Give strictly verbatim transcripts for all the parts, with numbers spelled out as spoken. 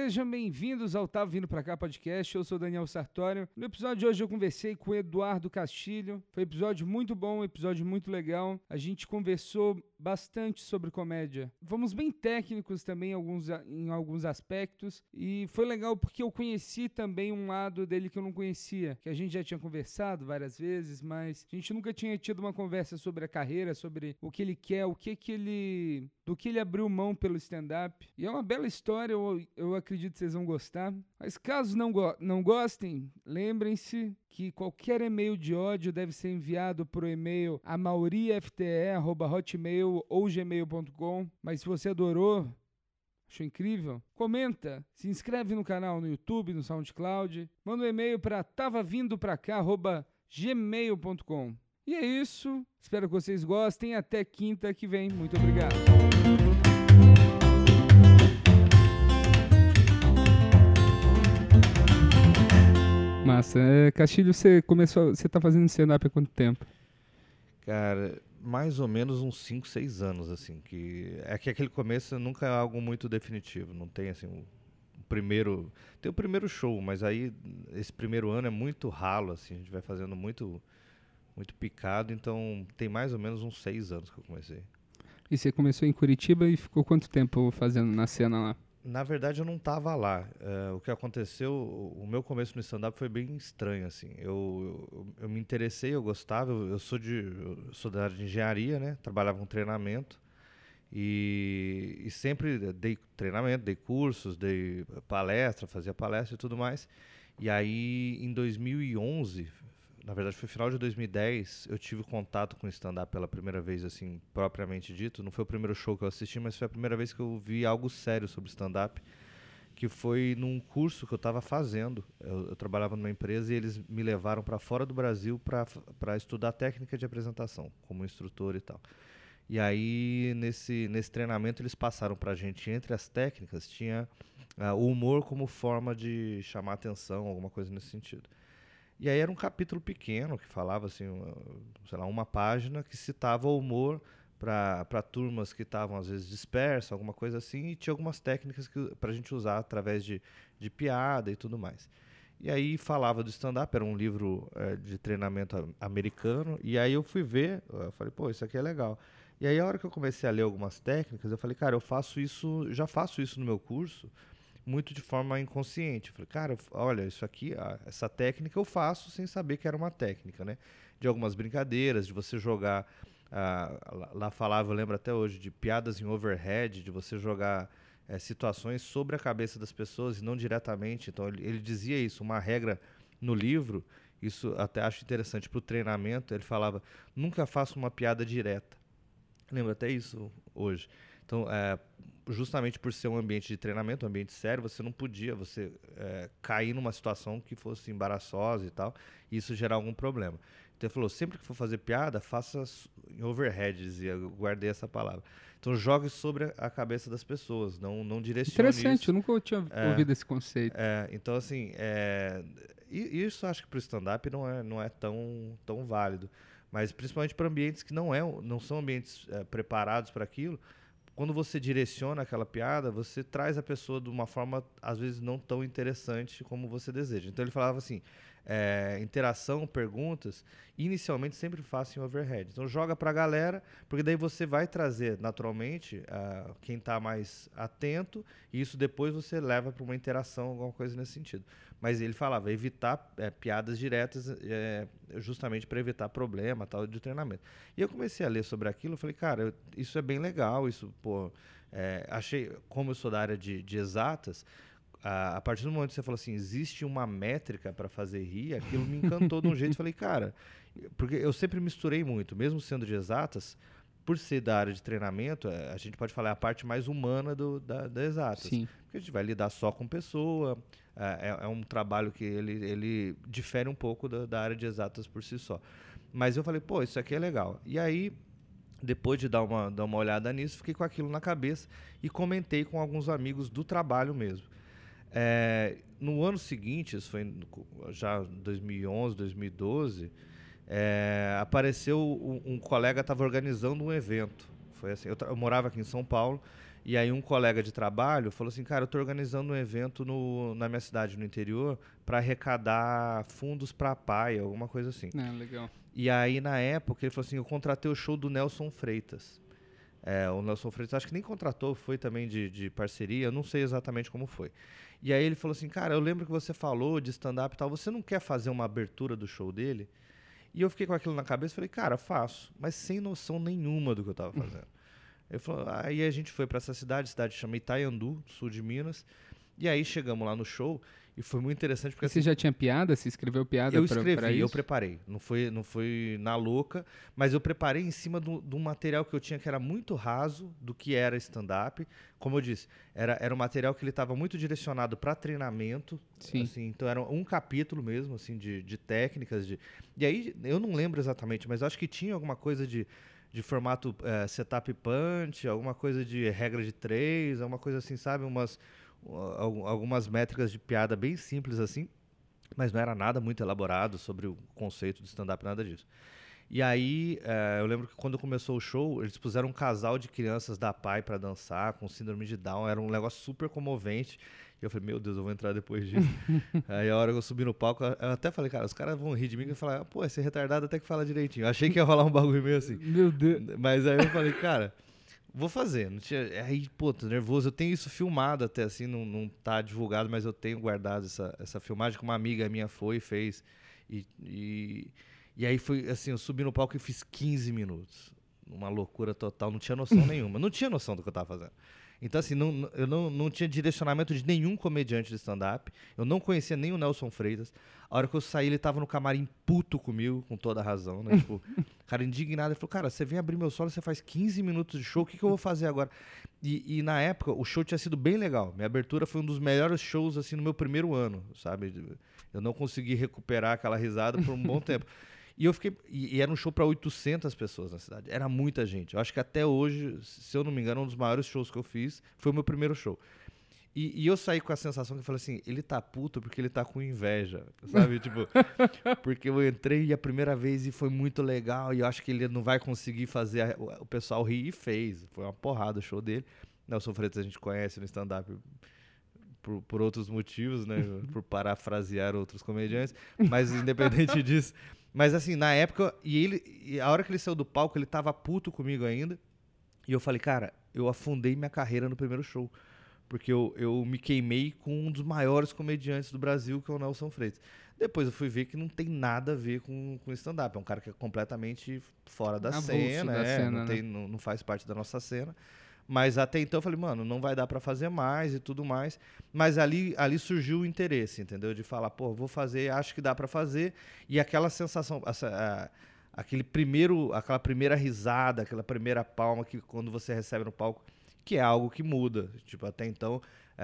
Sejam bem-vindos ao Tava Vindo Pra Cá podcast, eu sou Daniel Sartório. No episódio de hoje eu conversei com o Eduardo Castilho, foi um episódio muito bom, um episódio muito legal. A gente conversou bastante sobre comédia. Fomos bem técnicos também em alguns, em alguns aspectos e foi legal porque eu conheci também um lado dele que eu não conhecia, que a gente já tinha conversado várias vezes, mas a gente nunca tinha tido uma conversa sobre a carreira, sobre o que ele quer, o que que ele... do que ele abriu mão pelo stand-up. E é uma bela história, eu, eu acredito que vocês vão gostar. Mas caso não, go- não gostem, lembrem-se que qualquer e-mail de ódio deve ser enviado por e-mail a maurifte arroba hotmail ou gmail ponto com. Mas se você adorou, achou incrível, comenta, se inscreve no canal no YouTube, no SoundCloud, manda um e-mail para tavavindopracá arroba gmail ponto com. E é isso, espero que vocês gostem, até quinta que vem, muito obrigado. Massa, é, Castilho, você começou, você tá fazendo stand-up há quanto tempo? Cara, mais ou menos uns cinco, seis anos, assim, que é que aquele começo nunca é algo muito definitivo, não tem, assim, o, o primeiro, tem o primeiro show, mas aí esse primeiro ano é muito ralo, assim, a gente vai fazendo muito, muito picado, então tem mais ou menos uns seis anos que eu comecei. E você começou em Curitiba e ficou quanto tempo fazendo na cena lá? Na verdade, eu não estava lá. É, o que aconteceu, o, o meu começo no stand-up foi bem estranho, assim. Eu, eu, eu me interessei, eu gostava. Eu, eu sou de, eu sou da área de engenharia, né? Trabalhava com treinamento e, e sempre dei treinamento, dei cursos, dei palestra, fazia palestra e tudo mais. E aí, em dois mil e onze, na verdade foi final de dois mil e dez, eu tive contato com o stand-up pela primeira vez, assim, propriamente dito. Não foi o primeiro show que eu assisti, mas foi a primeira vez que eu vi algo sério sobre stand-up, que foi num curso que eu estava fazendo. Eu, eu trabalhava numa empresa e eles me levaram para fora do Brasil para estudar técnica de apresentação, como instrutor e tal. E aí, nesse, nesse treinamento, eles passaram para a gente, entre as técnicas, tinha uh, o humor como forma de chamar atenção, alguma coisa nesse sentido. E aí era um capítulo pequeno que falava, assim, uma, sei lá, uma página que citava o humor para turmas que estavam, às vezes, dispersas, alguma coisa assim, e tinha algumas técnicas para a gente usar através de, de piada e tudo mais. E aí falava do stand-up, era um livro é, de treinamento americano, e aí eu fui ver, eu falei, pô, isso aqui é legal. E aí a hora que eu comecei a ler algumas técnicas, eu falei, cara, eu faço isso, já faço isso no meu curso, muito de forma inconsciente. Eu falei, cara, olha, isso aqui, essa técnica eu faço sem saber que era uma técnica, né? De algumas brincadeiras, de você jogar, ah, lá falava, eu lembro até hoje, de piadas em overhead, de você jogar é, situações sobre a cabeça das pessoas e não diretamente. Então ele, ele dizia isso, uma regra no livro, isso até acho interessante, para o treinamento, ele falava, nunca faça uma piada direta. Lembro até isso hoje. Então, é, justamente por ser um ambiente de treinamento, um ambiente sério, você não podia você é, cair numa situação que fosse embaraçosa e tal, e isso gerar algum problema. Então ele falou, sempre que for fazer piada, faça em overheads, e eu guardei essa palavra. Então jogue sobre a cabeça das pessoas, não, não direcione Interessante, isso. eu nunca tinha É, ouvido esse conceito. É, então, assim, é, isso acho que para o stand-up não é, não é tão, tão válido. Mas principalmente para ambientes que não, é, não são ambientes é, preparados para aquilo, quando você direciona aquela piada, você traz a pessoa de uma forma, às vezes, não tão interessante como você deseja. Então ele falava assim, é, interação, perguntas, inicialmente sempre faça em overhead. Então joga pra galera, porque daí você vai trazer, naturalmente, uh, quem está mais atento, e isso depois você leva para uma interação, alguma coisa nesse sentido. Mas ele falava, evitar é, piadas diretas, é, justamente para evitar problema, tal, de treinamento. E eu comecei a ler sobre aquilo, eu falei, cara, eu, isso é bem legal, isso, pô, é, achei, como eu sou da área de, de exatas, a, a partir do momento que você falou assim, existe uma métrica para fazer rir, aquilo me encantou de um jeito, falei, cara, porque eu sempre misturei muito, mesmo sendo de exatas, por ser da área de treinamento, a gente pode falar a parte mais humana do, da, da exatas. Sim. Porque a gente vai lidar só com pessoa, é, é um trabalho que ele, ele difere um pouco da, da área de exatas por si só. Mas eu falei, pô, isso aqui é legal. E aí, depois de dar uma, dar uma olhada nisso, fiquei com aquilo na cabeça e comentei com alguns amigos do trabalho mesmo. É, no ano seguinte, isso foi já dois mil e onze, dois mil e doze, é, apareceu um, um colega, estava organizando um evento. Foi assim, eu, eu morava aqui em São Paulo E aí um colega de trabalho falou assim, cara, eu tô organizando um evento no, na minha cidade, no interior, para arrecadar fundos para a P A I, alguma coisa assim. Ah, legal. E aí, na época, ele falou assim, eu contratei o show do Nelson Freitas. É, o Nelson Freitas, acho que nem contratou, foi também de, de parceria, eu não sei exatamente como foi. E aí ele falou assim, cara, eu lembro que você falou de stand-up e tal, você não quer fazer uma abertura do show dele? E eu fiquei com aquilo na cabeça e falei, cara, faço, mas sem noção nenhuma do que eu tava fazendo. Ele falou, aí a gente foi para essa cidade, cidade chama Itaiandu, sul de Minas, e aí chegamos lá no show e foi muito interessante porque... E você assim, já tinha piada? Você escreveu piada eu pra, escrevi, pra isso? eu preparei, não foi, não foi na louca, mas eu preparei em cima de um material que eu tinha que era muito raso do que era stand-up. Como eu disse, era, era um material que ele estava muito direcionado para treinamento. Sim. Assim, então era um capítulo mesmo, assim, de, de técnicas. De... E aí, eu não lembro exatamente, mas eu acho que tinha alguma coisa de, de formato é, setup punch, alguma coisa de regra de três, alguma coisa assim, sabe? Umas, algumas métricas de piada bem simples assim, mas não era nada muito elaborado sobre o conceito de stand-up, nada disso. E aí, é, eu lembro que quando começou o show, eles puseram um casal de crianças da P A I pra dançar, com síndrome de Down, era um negócio super comovente. E eu falei, meu Deus, eu vou entrar depois disso. Aí a hora que eu subi no palco, eu até falei, cara, os caras vão rir de mim e falar, pô, esse retardado até que fala direitinho. Eu achei que ia rolar um bagulho meio assim. Meu Deus. Mas aí eu falei, cara, vou fazer. Não tinha... Aí, pô, tô nervoso. Eu tenho isso filmado até, assim, não, não tá divulgado, mas eu tenho guardado essa, essa filmagem que uma amiga minha foi e fez. E, e, e aí foi, assim, eu subi no palco e fiz quinze minutos. Uma loucura total, não tinha noção nenhuma. Não tinha noção do que eu tava fazendo. Então, assim, não, eu não, não tinha direcionamento de nenhum comediante de stand-up. Eu não conhecia nem o Nelson Freitas. A hora que eu saí, ele tava no camarim puto comigo, com toda a razão, né? Tipo, cara indignado. Ele falou, cara, você vem abrir meu solo, você faz quinze minutos de show, o que, que eu vou fazer agora? E, e na época, o show tinha sido bem legal. Minha abertura foi um dos melhores shows, assim, no meu primeiro ano, sabe? Eu não consegui recuperar aquela risada por um bom tempo. E eu fiquei. E, e era um show para oitocentas pessoas na cidade. Era muita gente. Eu acho que até hoje, se eu não me engano, um dos maiores shows que eu fiz foi o meu primeiro show. E, e eu saí com a sensação que eu falei assim, ele tá puto porque ele tá com inveja, sabe? Tipo, porque eu entrei a primeira vez e foi muito legal e eu acho que ele não vai conseguir fazer a, o pessoal rir, e fez. Foi uma porrada o show dele. Nelson Freitas a gente conhece no stand-up por, por outros motivos, né? Por parafrasear outros comediantes. Mas independente disso... Mas assim, na época, e ele, e a hora que ele saiu do palco, ele tava puto comigo ainda. E eu falei, cara, eu afundei minha carreira no primeiro show. Porque eu, eu me queimei com um dos maiores comediantes do Brasil, que é o Nelson Freitas. Depois eu fui ver que não tem nada a ver com, com stand-up. É um cara que é completamente fora da Avulso cena, da é, cena, não, né? tem, não, não faz parte da nossa cena. Mas até então eu falei, mano, não vai dar pra fazer mais e tudo mais. Mas ali, ali surgiu o interesse, entendeu? De falar, pô, vou fazer, acho que dá pra fazer. E aquela sensação, essa, a, aquele primeiro, aquela primeira risada, aquela primeira palma que quando você recebe no palco, que é algo que muda. Tipo, até então,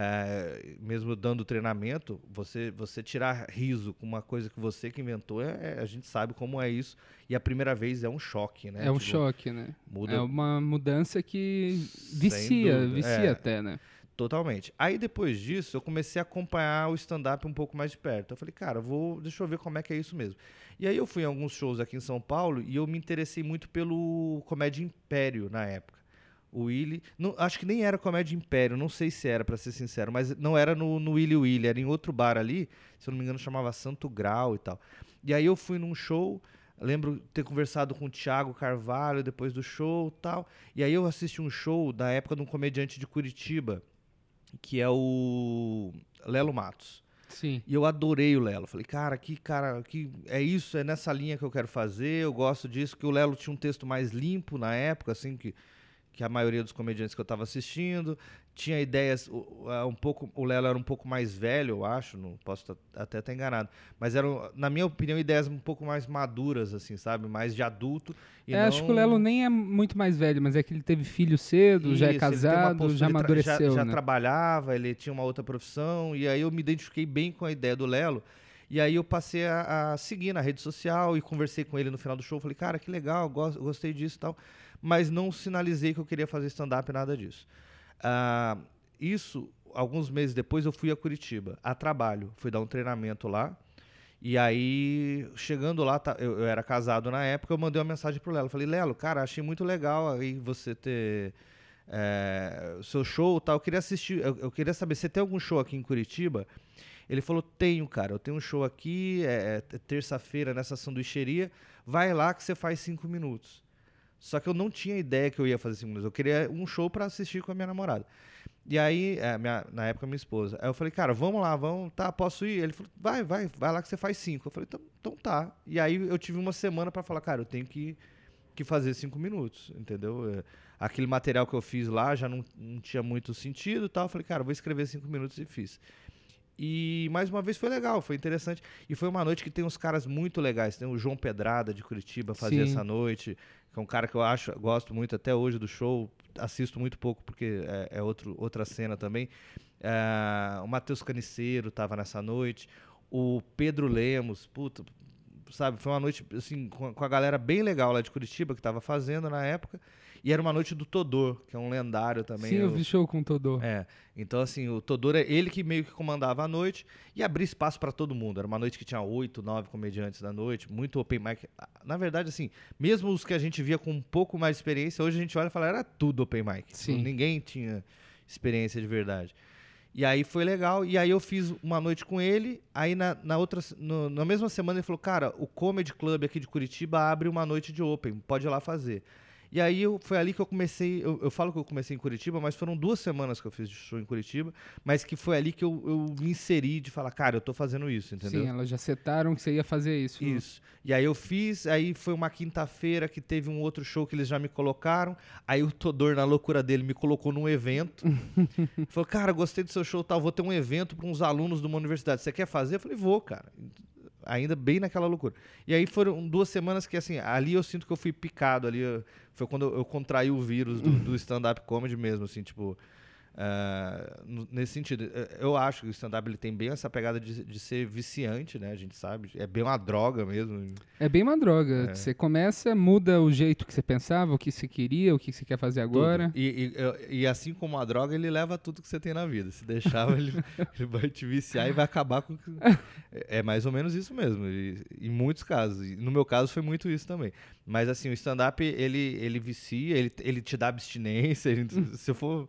é, mesmo dando treinamento, você, você tirar riso com uma coisa que você que inventou, é, é, a gente sabe como é isso. E a primeira vez é um choque, né? É um tipo, choque, né? Muda... É uma mudança que vicia, vicia é, até, né? Totalmente. Aí depois disso, eu comecei a acompanhar o stand-up um pouco mais de perto. Eu falei, cara, vou, deixa eu ver como é que é isso mesmo. E aí eu fui em alguns shows aqui em São Paulo e eu me interessei muito pelo Comédia Império na época. O Willy, não, acho que nem era Comédia Império, não sei se era, pra ser sincero, mas não era no, no Willy Willy, era em outro bar ali, se eu não me engano chamava Santo Grau e tal. E aí eu fui num show, lembro ter conversado com o Thiago Carvalho depois do show e tal, e aí eu assisti um show da época de um comediante de Curitiba, que é o Lelo Matos. Sim. E eu adorei o Lelo. Falei, cara, que cara, que é isso, é nessa linha que eu quero fazer, eu gosto disso, que o Lelo tinha um texto mais limpo na época, assim, que, que a maioria dos comediantes que eu estava assistindo. Tinha ideias, um pouco, o Lelo era um pouco mais velho, eu acho, não posso até estar enganado, mas eram, na minha opinião, ideias um pouco mais maduras, assim, sabe? Mais de adulto. E é, não... acho que o Lelo nem é muito mais velho, mas é que ele teve filho cedo, Isso, já é casado, postura, já amadureceu, já, já né? trabalhava, ele tinha uma outra profissão, e aí eu me identifiquei bem com a ideia do Lelo, e aí eu passei a, a seguir na rede social e conversei com ele no final do show, falei, cara, que legal, gosto, gostei disso e tal, mas não sinalizei que eu queria fazer stand-up, nada disso. Uh, isso, alguns meses depois, eu fui a Curitiba, a trabalho. Fui dar um treinamento lá. E aí, chegando lá, tá, eu, eu era casado na época, eu mandei uma mensagem pro Lelo. Falei, Lelo, cara, achei muito legal aí você ter é, o seu show, tal, eu queria assistir, eu, eu queria saber, você tem algum show aqui em Curitiba? Ele falou, tenho, cara, eu tenho um show aqui, é, é terça-feira nessa sanduicheria, vai lá que você faz cinco minutos. Só que eu não tinha ideia que eu ia fazer cinco minutos, eu queria um show pra assistir com a minha namorada. E aí, é, minha, na época, minha esposa. Aí eu falei, cara, vamos lá, vamos, tá, posso ir? Ele falou, vai, vai, vai lá que você faz cinco. Eu falei, então, então tá. E aí eu tive uma semana pra falar, cara, eu tenho que, que fazer cinco minutos, entendeu? É, aquele material que eu fiz lá já não, não tinha muito sentido e tal. Eu falei, cara, eu vou escrever cinco minutos e fiz. E mais uma vez foi legal, foi interessante. E foi uma noite que tem uns caras muito legais. Tem o João Pedrada de Curitiba fazia essa noite, que é um cara que eu acho, gosto muito até hoje do show. Assisto muito pouco porque é, é outro, outra cena também. É, o Matheus Caniceiro estava nessa noite. O Pedro Lemos, puta, sabe? Foi uma noite assim, com, com a galera bem legal lá de Curitiba que estava fazendo na época. E era uma noite do Todor, que é um lendário também. Sim, eu, eu vi show com o Todor. É, então assim, o Todor, é ele que meio que comandava a noite e abria espaço para todo mundo. Era uma noite que tinha oito, nove comediantes da noite, muito open mic. Na verdade, assim, mesmo os que a gente via com um pouco mais de experiência, hoje a gente olha e fala, era tudo open mic. Sim. Ninguém tinha experiência de verdade. E aí foi legal, e aí eu fiz uma noite com ele, aí na, na outra, no, na mesma semana ele falou, cara, o Comedy Club aqui de Curitiba abre uma noite de open, pode ir lá fazer. E aí eu, foi ali que eu comecei, eu, eu falo que eu comecei em Curitiba, mas foram duas semanas que eu fiz de show em Curitiba, mas que foi ali que eu, eu me inseri de falar, cara, eu tô fazendo isso, entendeu? Sim, elas já setaram que você ia fazer isso. Isso. Né? E aí eu fiz, aí foi uma quinta-feira que teve um outro show que eles já me colocaram, aí o Todor, na loucura dele, me colocou num evento, falou, cara, gostei do seu show, tal, vou ter um evento para uns alunos de uma universidade, você quer fazer? Eu falei, vou, cara. Ainda bem naquela loucura. E aí foram duas semanas que, assim, ali eu sinto que eu fui picado, ali eu, foi quando eu, eu contraí o vírus do, do stand-up comedy mesmo, assim, tipo, uh, nesse sentido. Eu acho que o stand-up ele tem bem essa pegada de, de ser viciante, né, a gente sabe, é bem uma droga mesmo. É bem uma droga. É. Você começa, muda o jeito que você pensava, o que você queria, o que você quer fazer agora. E, e, e assim como a droga, ele leva tudo que você tem na vida. Se deixar, ele, ele vai te viciar e vai acabar com... É mais ou menos isso mesmo, e, em muitos casos. E no meu caso foi muito isso também. Mas assim, o stand-up, ele, ele vicia, ele, ele te dá abstinência. Ele, se eu for...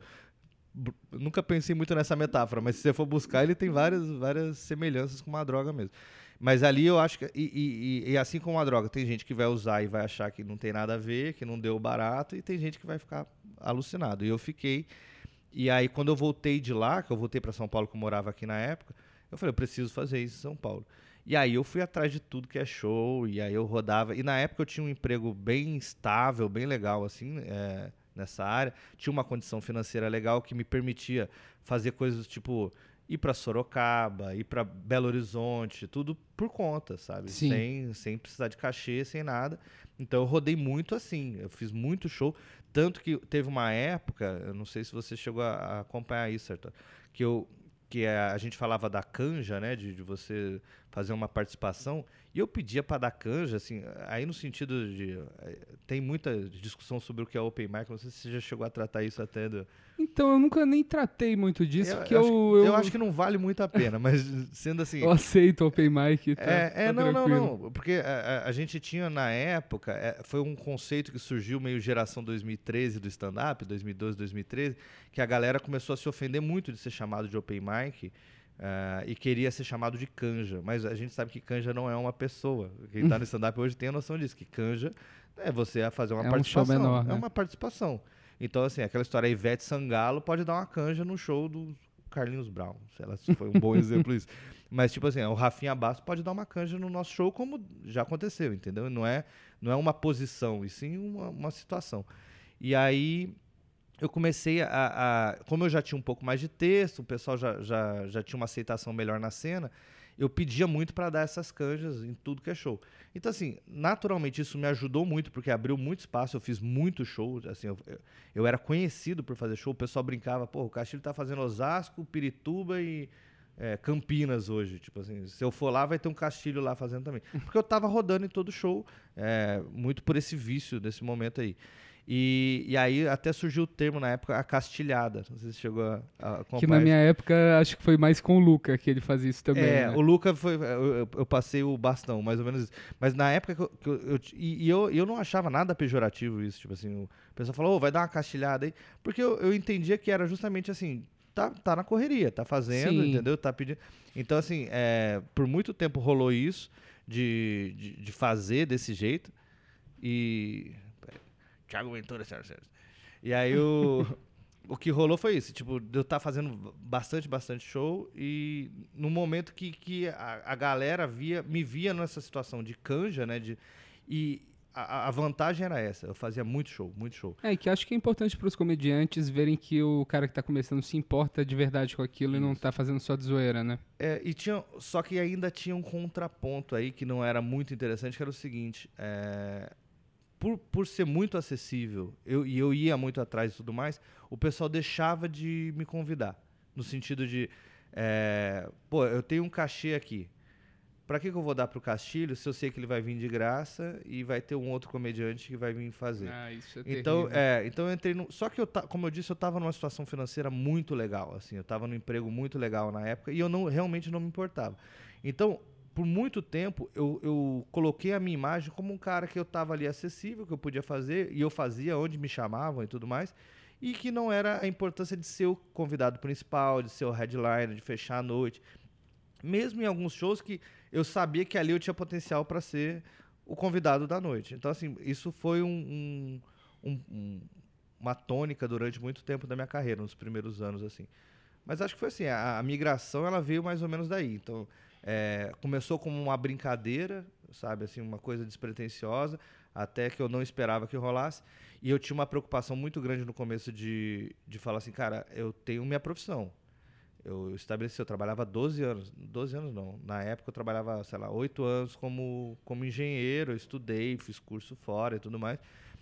Nunca pensei muito nessa metáfora, mas se você for buscar, ele tem várias, várias semelhanças com uma droga mesmo. Mas ali eu acho que... E, e, e assim como a droga, tem gente que vai usar e vai achar que não tem nada a ver, que não deu barato, e tem gente que vai ficar alucinado. E eu fiquei... E aí, quando eu voltei de lá, que eu voltei para São Paulo, que eu morava aqui na época, eu falei, eu preciso fazer isso em São Paulo. E aí eu fui atrás de tudo que é show, e aí eu rodava. E na época eu tinha um emprego bem estável, bem legal, assim, é, nessa área. Tinha uma condição financeira legal que me permitia fazer coisas tipo... ir para Sorocaba, ir para Belo Horizonte, tudo por conta, sabe? Sim. Sem, sem precisar de cachê, sem nada. Então eu rodei muito assim, eu fiz muito show, tanto que teve uma época, eu não sei se você chegou a, a acompanhar isso, Arthur, que, eu, que a, a gente falava da canja, né, de, de você fazer uma participação, e eu pedia para dar canja, assim, aí no sentido de... Tem muita discussão sobre o que é open mic, não sei se você já chegou a tratar isso até do... Então, eu nunca nem tratei muito disso, eu, porque eu, eu acho, eu... eu acho que não vale muito a pena, mas sendo assim... Eu aceito open mic, tá, É, é tá não, não, tranquilo. não, porque a, a, a gente tinha na época, é, foi um conceito que surgiu meio geração dois mil e treze do stand-up, dois mil e doze, dois mil e treze, que a galera começou a se ofender muito de ser chamado de open mic, Uh, e queria ser chamado de canja, mas a gente sabe que canja não é uma pessoa. Quem está no stand-up hoje tem a noção disso, que canja é você fazer uma é participação. Um show menor, né? É uma participação. Então, assim, aquela história, a Ivete Sangalo pode dar uma canja no show do Carlinhos Brown, sei lá se foi um bom exemplo isso. Mas, tipo assim, o Rafinha Bastos pode dar uma canja no nosso show, como já aconteceu, entendeu? Não é, não é uma posição, e sim uma, uma situação. E aí... eu comecei a, a... Como eu já tinha um pouco mais de texto, o pessoal já, já, já tinha uma aceitação melhor na cena, eu pedia muito para dar essas canjas em tudo que é show. Então, assim, naturalmente isso me ajudou muito, porque abriu muito espaço, eu fiz muito show, assim, eu, eu, eu era conhecido por fazer show, o pessoal brincava, pô, o Castilho tá fazendo Osasco, Pirituba e é, Campinas hoje, tipo assim, se eu for lá vai ter um Castilho lá fazendo também. Porque eu tava rodando em todo show, é, muito por esse vício desse momento aí. E, e aí até surgiu o termo na época, a castilhada. Não sei se chegou a, a acompanhar. Que na minha época, acho que foi mais com o Luca que ele fazia isso também, É, né? o Luca foi. Eu, eu- eu passei o bastão, mais ou menos isso. Mas na época que eu. que eu- eu- e e eu, eu não achava nada pejorativo isso. Tipo assim, o pessoal falou, ô, vai dar uma castilhada aí. Porque eu, eu entendia que era justamente assim. Tá, tá na correria, tá fazendo, Sim. entendeu? Tá pedindo. Então, assim, é, por muito tempo rolou isso de, de, de fazer desse jeito. E. Peraí. Thiago Ventura, senhoras e senhores. E aí o. O que rolou foi isso, tipo, de eu estar fazendo bastante, bastante show e no momento que, que a, a galera via, me via nessa situação de canja, né, de, e a, a vantagem era essa, eu fazia muito show, muito show. É, e que acho que é importante para os comediantes verem que o cara que tá começando se importa de verdade com aquilo e não tá fazendo só de zoeira, né? É, e tinha, só que ainda tinha um contraponto aí que não era muito interessante, que era o seguinte, é, por, por ser muito acessível, eu, e eu ia muito atrás e tudo mais, o pessoal deixava de me convidar. No sentido de, é, pô, eu tenho um cachê aqui. Pra que, que eu vou dar pro Castilho se eu sei que ele vai vir de graça e vai ter um outro comediante que vai vir fazer? Ah, isso é Então, terrível. é, então eu entrei no. Só que eu, ta- como eu disse, eu tava numa situação financeira muito legal. Assim, eu tava num emprego muito legal na época e eu não, realmente não me importava. Então, por muito tempo, eu, eu coloquei a minha imagem como um cara que eu tava ali acessível, que eu podia fazer, e eu fazia onde me chamavam e tudo mais, e que não era a importância de ser o convidado principal, de ser o headliner, de fechar a noite. Mesmo em alguns shows que eu sabia que ali eu tinha potencial para ser o convidado da noite. Então, assim, isso foi um, um- um- um- uma tônica durante muito tempo da minha carreira, nos primeiros anos, assim. Mas acho que foi assim, a, a migração ela veio mais ou menos daí. Então, é, começou como uma brincadeira, sabe, assim, uma coisa despretensiosa, até que eu não esperava que rolasse. E eu tinha uma preocupação muito grande no começo de, de falar assim, cara, eu tenho minha profissão. Eu estabeleci, eu trabalhava doze anos, doze anos não, na época eu trabalhava, sei lá, oito anos como, como engenheiro, eu estudei, fiz curso fora e tudo mais.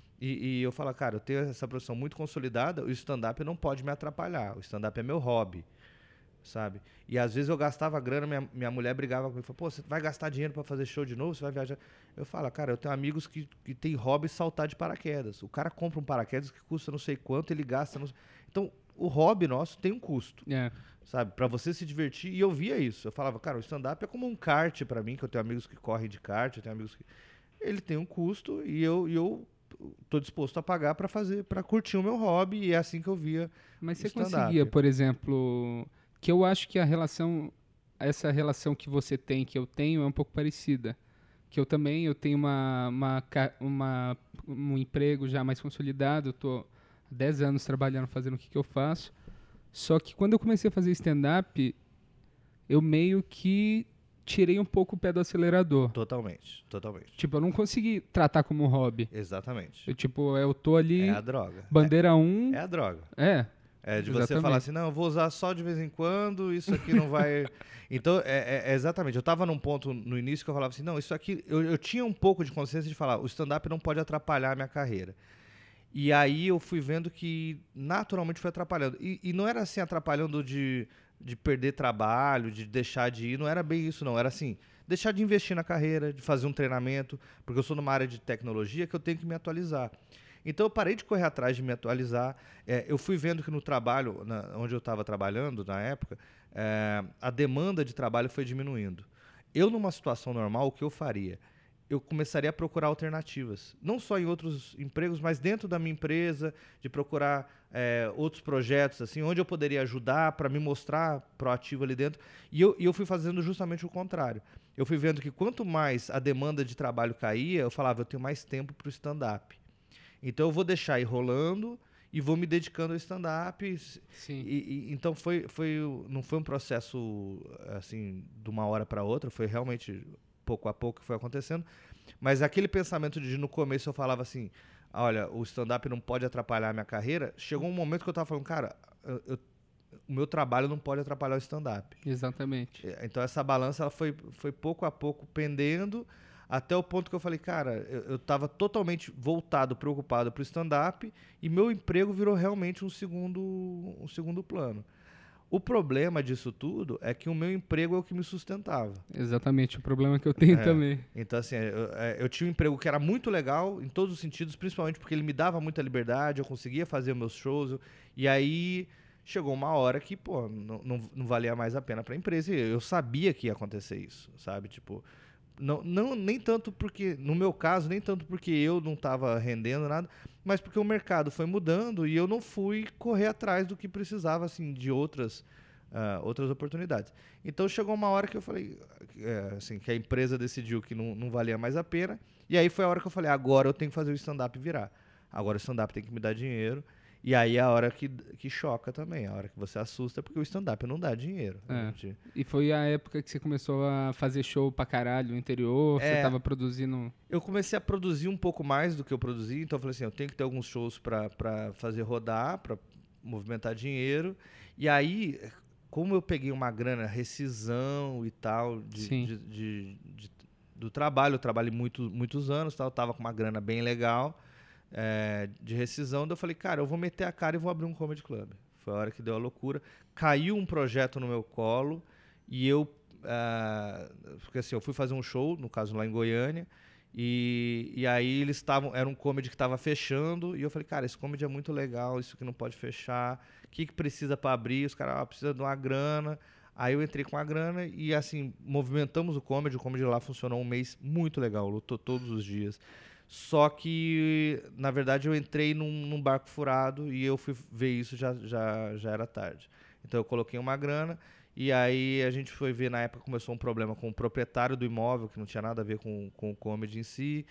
E, e eu falo, cara, eu tenho essa profissão muito consolidada, o stand-up não pode me atrapalhar, o stand-up é meu hobby, sabe? E às vezes eu gastava grana, minha, minha mulher brigava comigo, falou, pô, você vai gastar dinheiro pra fazer show de novo, você vai viajar? Eu falo, cara, eu tenho amigos que, que têm hobby saltar de paraquedas. O cara compra um paraquedas que custa não sei quanto, ele gasta... Não sei... Então, o hobby nosso tem um custo, É. sabe? Pra você se divertir. E eu via isso. Eu falava, cara, o stand-up é como um kart pra mim, que eu tenho amigos que correm de kart, eu tenho amigos que... Ele tem um custo e eu, e eu tô disposto a pagar pra fazer, para curtir o meu hobby, e é assim que eu via Mas o você stand-up. conseguia, por exemplo, que eu acho que a relação, essa relação que você tem, que eu tenho, é um pouco parecida. Que eu também, eu tenho uma, uma, ca- uma- um emprego já mais consolidado, eu tô há dez anos trabalhando, fazendo o que, que eu faço. Só que quando eu comecei a fazer stand-up, eu meio que tirei um pouco o pé do acelerador. Totalmente, totalmente. Tipo, eu não consegui tratar como hobby. Exatamente. Eu, tipo, eu tô ali, É a droga. bandeira um, É a droga. é, É de você exatamente. falar assim, não, eu vou usar só de vez em quando, isso aqui não vai... Então, é, é- é exatamente. Eu tava num ponto no início que eu falava assim, não, isso aqui... Eu, eu tinha um pouco de consciência de falar, o stand-up não pode atrapalhar a minha carreira. E aí eu fui vendo que naturalmente foi atrapalhando. E, e não era assim, atrapalhando de, de perder trabalho, de deixar de ir, não era bem isso, não. Era assim, deixar de investir na carreira, de fazer um treinamento, porque eu sou numa área de tecnologia que eu tenho que me atualizar. Então eu parei de correr atrás de me atualizar. É, eu fui vendo que no trabalho, na- onde eu estava trabalhando na época, é, a demanda de trabalho foi diminuindo. Eu, numa situação normal, o que eu faria? Eu começaria a procurar alternativas. Não só em outros empregos, mas dentro da minha empresa, de procurar é, outros projetos, assim, onde eu poderia ajudar para me mostrar proativo ali dentro. E eu, e eu fui fazendo justamente o contrário. Eu fui vendo que quanto mais a demanda de trabalho caía, eu falava, eu tenho mais tempo para o stand-up. Então eu vou deixar ir rolando e vou me dedicando ao stand-up. sim. E, e- então foi, foi, não foi um processo assim de uma hora para outra, foi realmente pouco a pouco que foi acontecendo. Mas aquele pensamento de no começo eu falava assim, olha, o stand-up não pode atrapalhar a minha carreira. Chegou um momento que eu tava falando, cara, eu- eu- o meu trabalho não pode atrapalhar o stand-up. Exatamente. É, Então essa balança ela foi, foi pouco a pouco pendendo até o ponto que eu falei, cara, eu, eu tava totalmente voltado, preocupado pro stand-up e meu emprego virou realmente um segundo, um segundo plano. O problema disso tudo é que o meu emprego é o que me sustentava. Exatamente, o problema que eu tenho É, também. Então, assim, eu, eu tinha um emprego que era muito legal em todos os sentidos, principalmente porque ele me dava muita liberdade, eu conseguia fazer meus shows, eu, e aí chegou uma hora que, pô, não, não, não valia mais a pena pra empresa, e eu sabia que ia acontecer isso, sabe? Tipo, não, não, nem tanto porque, no meu caso, nem tanto porque eu não tava rendendo nada, mas porque o mercado foi mudando e eu não fui correr atrás do que precisava, assim, de outras, uh, outras oportunidades. Então chegou uma hora que eu falei, é, assim, que a empresa decidiu que não, não valia mais a pena, e aí foi a hora que eu falei, agora eu tenho que fazer o stand-up virar. Agora o stand-up tem que me dar dinheiro, e aí é a hora que, que choca também, a hora que você assusta, porque o stand-up não dá dinheiro. É. Gente... E foi a época que você começou a fazer show pra caralho no interior, É, você tava produzindo... Eu comecei a produzir um pouco mais do que eu produzia, então eu falei assim, eu tenho que ter alguns shows pra, pra fazer rodar, pra movimentar dinheiro, e aí, como eu peguei uma grana, rescisão e tal, de, de, de, de, do trabalho, eu trabalhei muito, muitos anos, tal, eu tava com uma grana bem legal, É, de rescisão, daí eu falei, cara, eu vou meter a cara e vou abrir um comedy club. Foi a hora que deu a loucura. Caiu um projeto no meu colo e eu, uh, porque assim, eu fui fazer um show, no caso lá em Goiânia, e, e aí eles estavam, era um comedy que estava fechando, e eu falei, cara, esse comedy é muito legal, isso que não pode fechar, o que, que precisa para abrir? Os caras, ah, precisa de uma grana. Aí eu entrei com a grana e assim, movimentamos o comedy, o comedy lá funcionou um mês muito legal, lutou todos os dias. Só que, na verdade, eu entrei num, num barco furado e eu fui ver isso, já, já, já era tarde. Então eu coloquei uma grana e aí a gente foi ver, na época começou um problema com o proprietário do imóvel, que não tinha nada a ver com, com o comedy em si,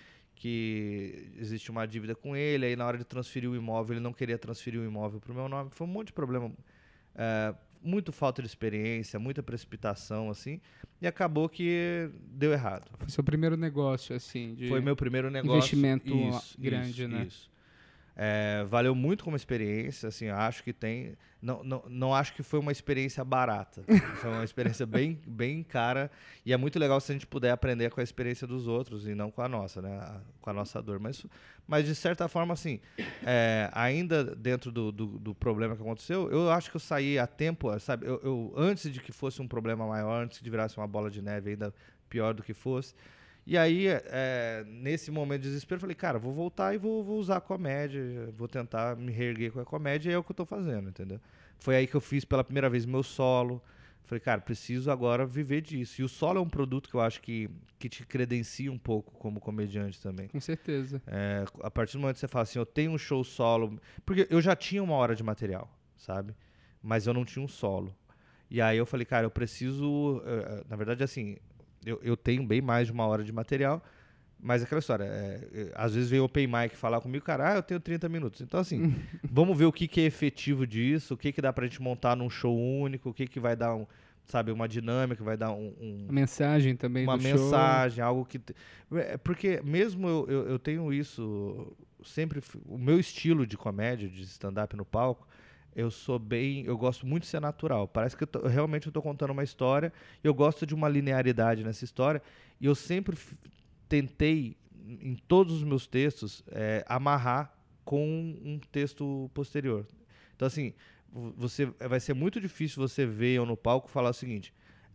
que existe uma dívida com ele, aí na hora de transferir o imóvel, ele não queria transferir o imóvel para o meu nome. Foi um monte de problema, é, muito falta de experiência, muita precipitação, assim, e acabou que deu errado. Foi seu primeiro negócio, assim, de Foi meu primeiro negócio. investimento isso, grande, isso, né? Isso. É, valeu muito como experiência, assim, acho que tem... Não, não, não acho que foi uma experiência barata. Foi uma experiência bem, bem cara, e é muito legal se a gente puder aprender com a experiência dos outros e não com a nossa, né? Com a nossa dor. Mas, mas de certa forma, assim, é, ainda dentro do, do, do problema que aconteceu, eu acho que eu saí a tempo, sabe? Eu, eu, antes de que fosse um problema maior, antes de virasse uma bola de neve ainda pior do que fosse. E aí, é, nesse momento de desespero, eu falei, cara, vou voltar e vou, vou usar a comédia, vou tentar me reerguer com a comédia, e é o que eu tô fazendo, entendeu? Foi aí que eu fiz pela primeira vez meu solo. Falei, cara, preciso agora viver disso. E o solo é um produto que eu acho que, que te credencia um pouco como comediante também. Com certeza. É, a partir do momento que você fala assim, eu tenho um show solo... Porque eu já tinha uma hora de material, sabe? Mas eu não tinha um solo. E aí eu falei, cara, eu preciso... Na verdade, assim... Eu, eu tenho bem mais de uma hora de material, mas aquela história, é, às vezes vem o Open Mic falar comigo, cara, ah, eu tenho trinta minutos. Então, assim, vamos ver o que, que é efetivo disso, o que, que dá pra gente montar num show único, o que, que vai dar, um, sabe, uma dinâmica, vai dar um... um a mensagem também uma do mensagem, show. algo que... Te... Porque mesmo eu, eu, eu tenho isso, sempre... O meu estilo de comédia, de stand-up no palco, eu sou bem... Eu gosto muito de ser natural. Parece que eu tô, realmente eu tô contando uma história. Eu gosto de uma linearidade nessa história. E eu sempre f- tentei, em todos os meus textos, é, amarrar com um texto posterior. Então, assim, você, vai ser muito difícil você ver eu no palco falar o seguinte...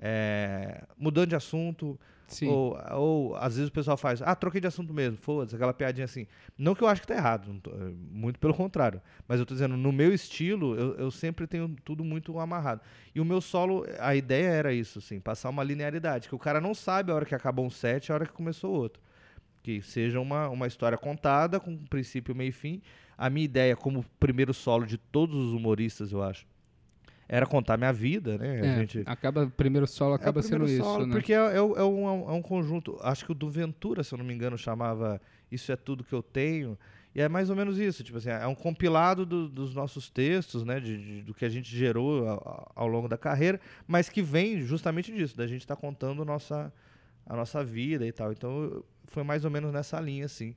É, mudando de assunto... Sim. Ou, ou às vezes o pessoal faz, ah, troquei de assunto mesmo, foda-se, aquela piadinha assim. Não que eu acho que tá errado, não tô, muito pelo contrário. Mas eu tô dizendo, no meu estilo, eu, eu sempre tenho tudo muito amarrado. E o meu solo, a ideia era isso, assim, passar uma linearidade, que o cara não sabe a hora que acabou um set, a hora que começou outro. Que seja uma, uma história contada, com princípio, meio e fim. A minha ideia, como primeiro solo de todos os humoristas, eu acho, era contar minha vida, né? A É, gente... acaba, primeiro solo acaba é sendo isso, solo, né? Porque é, é, é, um, é um conjunto, acho que o do Ventura, se eu não me engano, chamava Isso é Tudo Que Eu Tenho, e é mais ou menos isso, tipo assim, é um compilado do, dos nossos textos, né, de, de, do que a gente gerou ao, ao longo da carreira, mas que vem justamente disso, da gente estar tá contando nossa, a nossa vida e tal, então foi mais ou menos nessa linha, assim.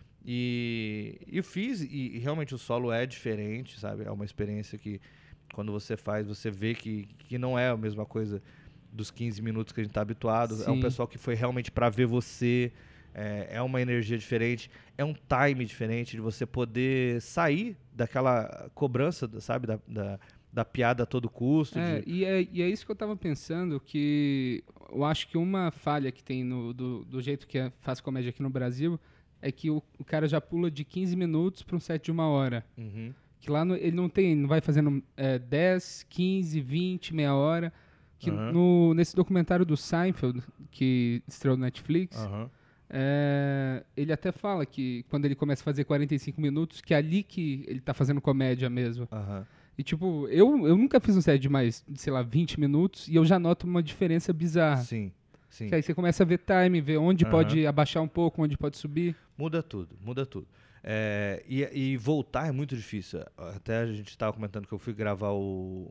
E eu fiz, e, e realmente o solo é diferente, sabe, é uma experiência que quando você faz, você vê que, que não é a mesma coisa dos quinze minutos que a gente está habituado. Sim. É um pessoal que foi realmente para ver você. É, é uma energia diferente. É um time diferente de você poder sair daquela cobrança, sabe? Da, da, da piada a todo custo. É, de... e, é, e é isso que eu tava pensando, que eu acho que uma falha que tem no, do, do jeito que é, faz comédia aqui no Brasil é que o, o cara já pula de quinze minutos para um set de uma hora. Uhum. Que lá no, ele não tem, não vai fazendo é, dez, quinze, vinte, meia hora. Que Uhum. no, nesse documentário do Seinfeld, que estreou no Netflix, Uhum. é, ele até fala que quando ele começa a fazer quarenta e cinco minutos, que é ali que ele tá fazendo comédia mesmo. Uhum. E tipo, eu, eu nunca fiz um set de mais, sei lá, vinte minutos, e eu já noto uma diferença bizarra. Sim, sim. Que aí você começa a ver time, ver onde Uhum. pode abaixar um pouco, onde pode subir. Muda tudo, muda tudo. É, e, e voltar é muito difícil. Até a gente estava comentando que eu fui gravar o,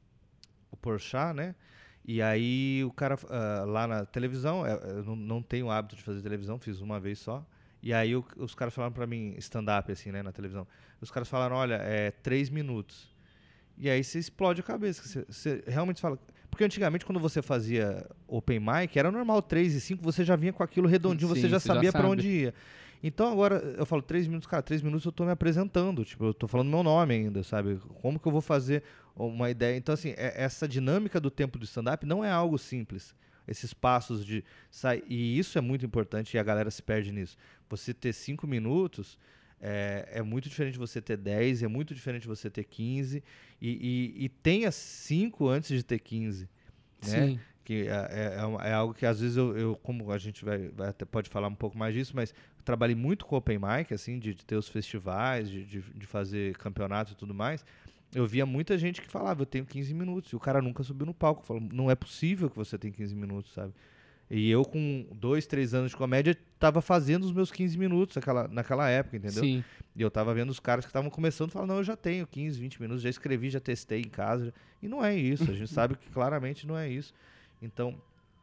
o Porchat, né? E aí o cara uh, lá na televisão, eu não, não tenho o hábito de fazer televisão, fiz uma vez só. E aí o, os caras falaram pra mim, stand-up assim, né, na televisão. Os caras falaram, olha, é três minutos. E aí você explode a cabeça. Você, você realmente fala... Porque antigamente, quando você fazia open mic, era normal, três e cinco, você já vinha com aquilo redondinho, Sim, você já você já sabia pra sabe. onde ia. Então agora, eu falo, três minutos, cara, três minutos eu tô me apresentando, tipo, eu tô falando meu nome ainda, sabe? Como que eu vou fazer uma ideia? Então, assim, é, essa dinâmica do tempo do stand-up não é algo simples. Esses passos de sair, e isso é muito importante e a galera se perde nisso. Você ter cinco minutos... É, é muito diferente de você ter dez, é muito diferente de você ter quinze, e, e, e tenha cinco antes de ter quinze, né? Sim. Que é, é, é algo que às vezes eu, eu como a gente vai, vai até pode falar um pouco mais disso, mas eu trabalhei muito com open mic, assim, de, de ter os festivais, de, de, de fazer campeonato e tudo mais. Eu via muita gente que falava, eu tenho quinze minutos, e o cara nunca subiu no palco, falou, não é possível que você tenha quinze minutos, sabe? E eu, com dois, três anos de comédia, tava fazendo os meus quinze minutos naquela, naquela época, entendeu? Sim. E eu tava vendo os caras que estavam começando e falando, não, eu já tenho quinze, vinte minutos, já escrevi, já testei em casa. Já... E não é isso, a gente sabe que claramente não é isso. Então,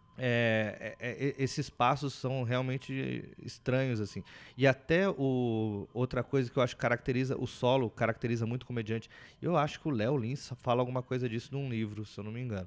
é, é, é, esses passos são realmente estranhos, assim. E até o, outra coisa que eu acho que caracteriza, o solo caracteriza muito o comediante. Eu acho que o Léo Lins fala alguma coisa disso num livro, se eu não me engano.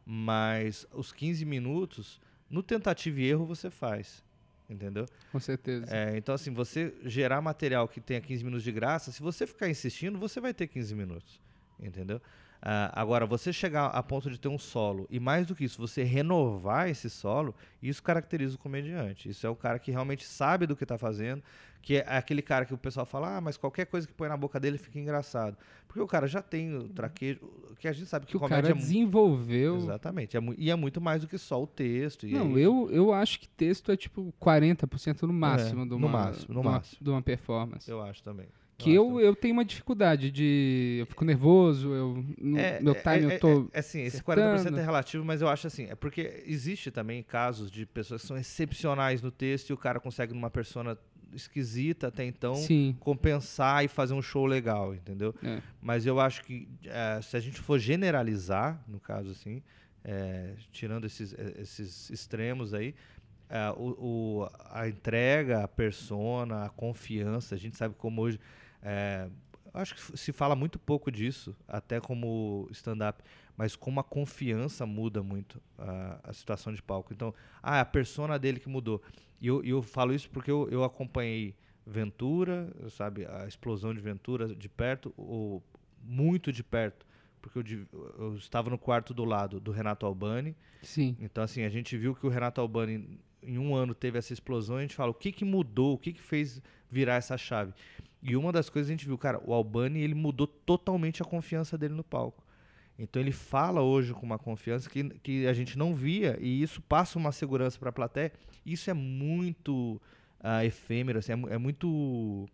Mas os quinze minutos... No tentativa e erro você faz, entendeu? Com certeza. É, então, assim, você gerar material que tenha quinze minutos de graça, se você ficar insistindo, você vai ter quinze minutos, entendeu? Ah, agora, você chegar a ponto de ter um solo, e mais do que isso, você renovar esse solo, isso caracteriza o comediante. Isso é o cara que realmente sabe do que está fazendo, que é aquele cara que o pessoal fala, ah, mas qualquer coisa que põe na boca dele fica engraçado. Porque o cara já tem o traquejo, que a gente sabe que, Que o comédia cara é desenvolveu. Exatamente. É mu- e é muito mais do que só o texto. E Não, aí... eu, eu acho que texto é tipo quarenta por cento no máximo, É, de, no uma, máximo, no de, uma, máximo. de uma performance. Eu acho também. Que acho eu, também. eu tenho uma dificuldade de... Eu fico nervoso, eu, no É, meu é, time é, eu tô... É, assim, esse acertando. quarenta por cento é relativo, mas eu acho assim, é porque existe também casos de pessoas que são excepcionais no texto e o cara consegue numa persona esquisita até então Sim. compensar e fazer um show legal, entendeu? É. Mas eu acho que é, se a gente for generalizar, no caso assim, é, tirando esses, esses extremos aí, é, o, o, a entrega, a persona, a confiança, a gente sabe como hoje... É, acho que se fala muito pouco disso, até como stand-up, mas como a confiança muda muito a, a situação de palco. Então, ah, a persona dele que mudou. E eu, eu falo isso porque eu, eu acompanhei Ventura, sabe, a explosão de Ventura de perto, ou muito de perto, porque eu, eu estava no quarto do lado do Renato Albani. Sim. Então, assim, a gente viu que o Renato Albani, em um ano, teve essa explosão, e a gente fala, o que que mudou, o que que fez virar essa chave? E uma das coisas a gente viu, cara, o Albani, ele mudou totalmente a confiança dele no palco. Então ele fala hoje com uma confiança que, que a gente não via, e isso passa uma segurança para a plateia. Isso é muito uh, efêmero, assim, é, é muito...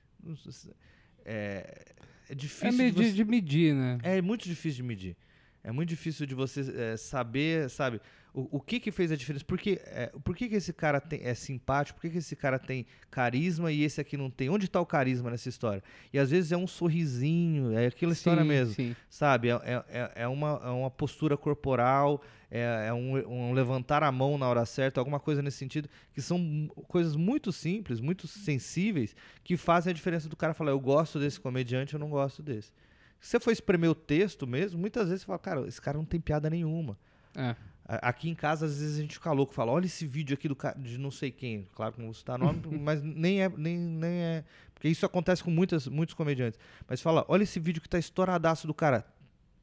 É, é difícil É medir, de, você, de medir, né? É muito difícil de medir. É muito difícil de você é, saber, sabe, o, o que que fez a diferença. Por que, é, por que que esse cara tem, é simpático? Por que que esse cara tem carisma e esse aqui não tem? Onde está o carisma nessa história? E às vezes é um sorrisinho, é aquela Sim, história mesmo, sim. sabe? É, é, é, uma, é uma postura corporal, é, é um, um levantar a mão na hora certa, alguma coisa nesse sentido, que são coisas muito simples, muito sensíveis, que fazem a diferença do cara falar, eu gosto desse comediante, eu não gosto desse. Se você for espremer o texto mesmo, muitas vezes você fala, cara, esse cara não tem piada nenhuma. É. Aqui em casa, às vezes a gente fica louco, fala, olha esse vídeo aqui do cara, de não sei quem, claro que não vou citar nome, mas nem é, nem, nem é, porque isso acontece com muitas, muitos comediantes, mas fala, olha esse vídeo que tá estouradaço do cara,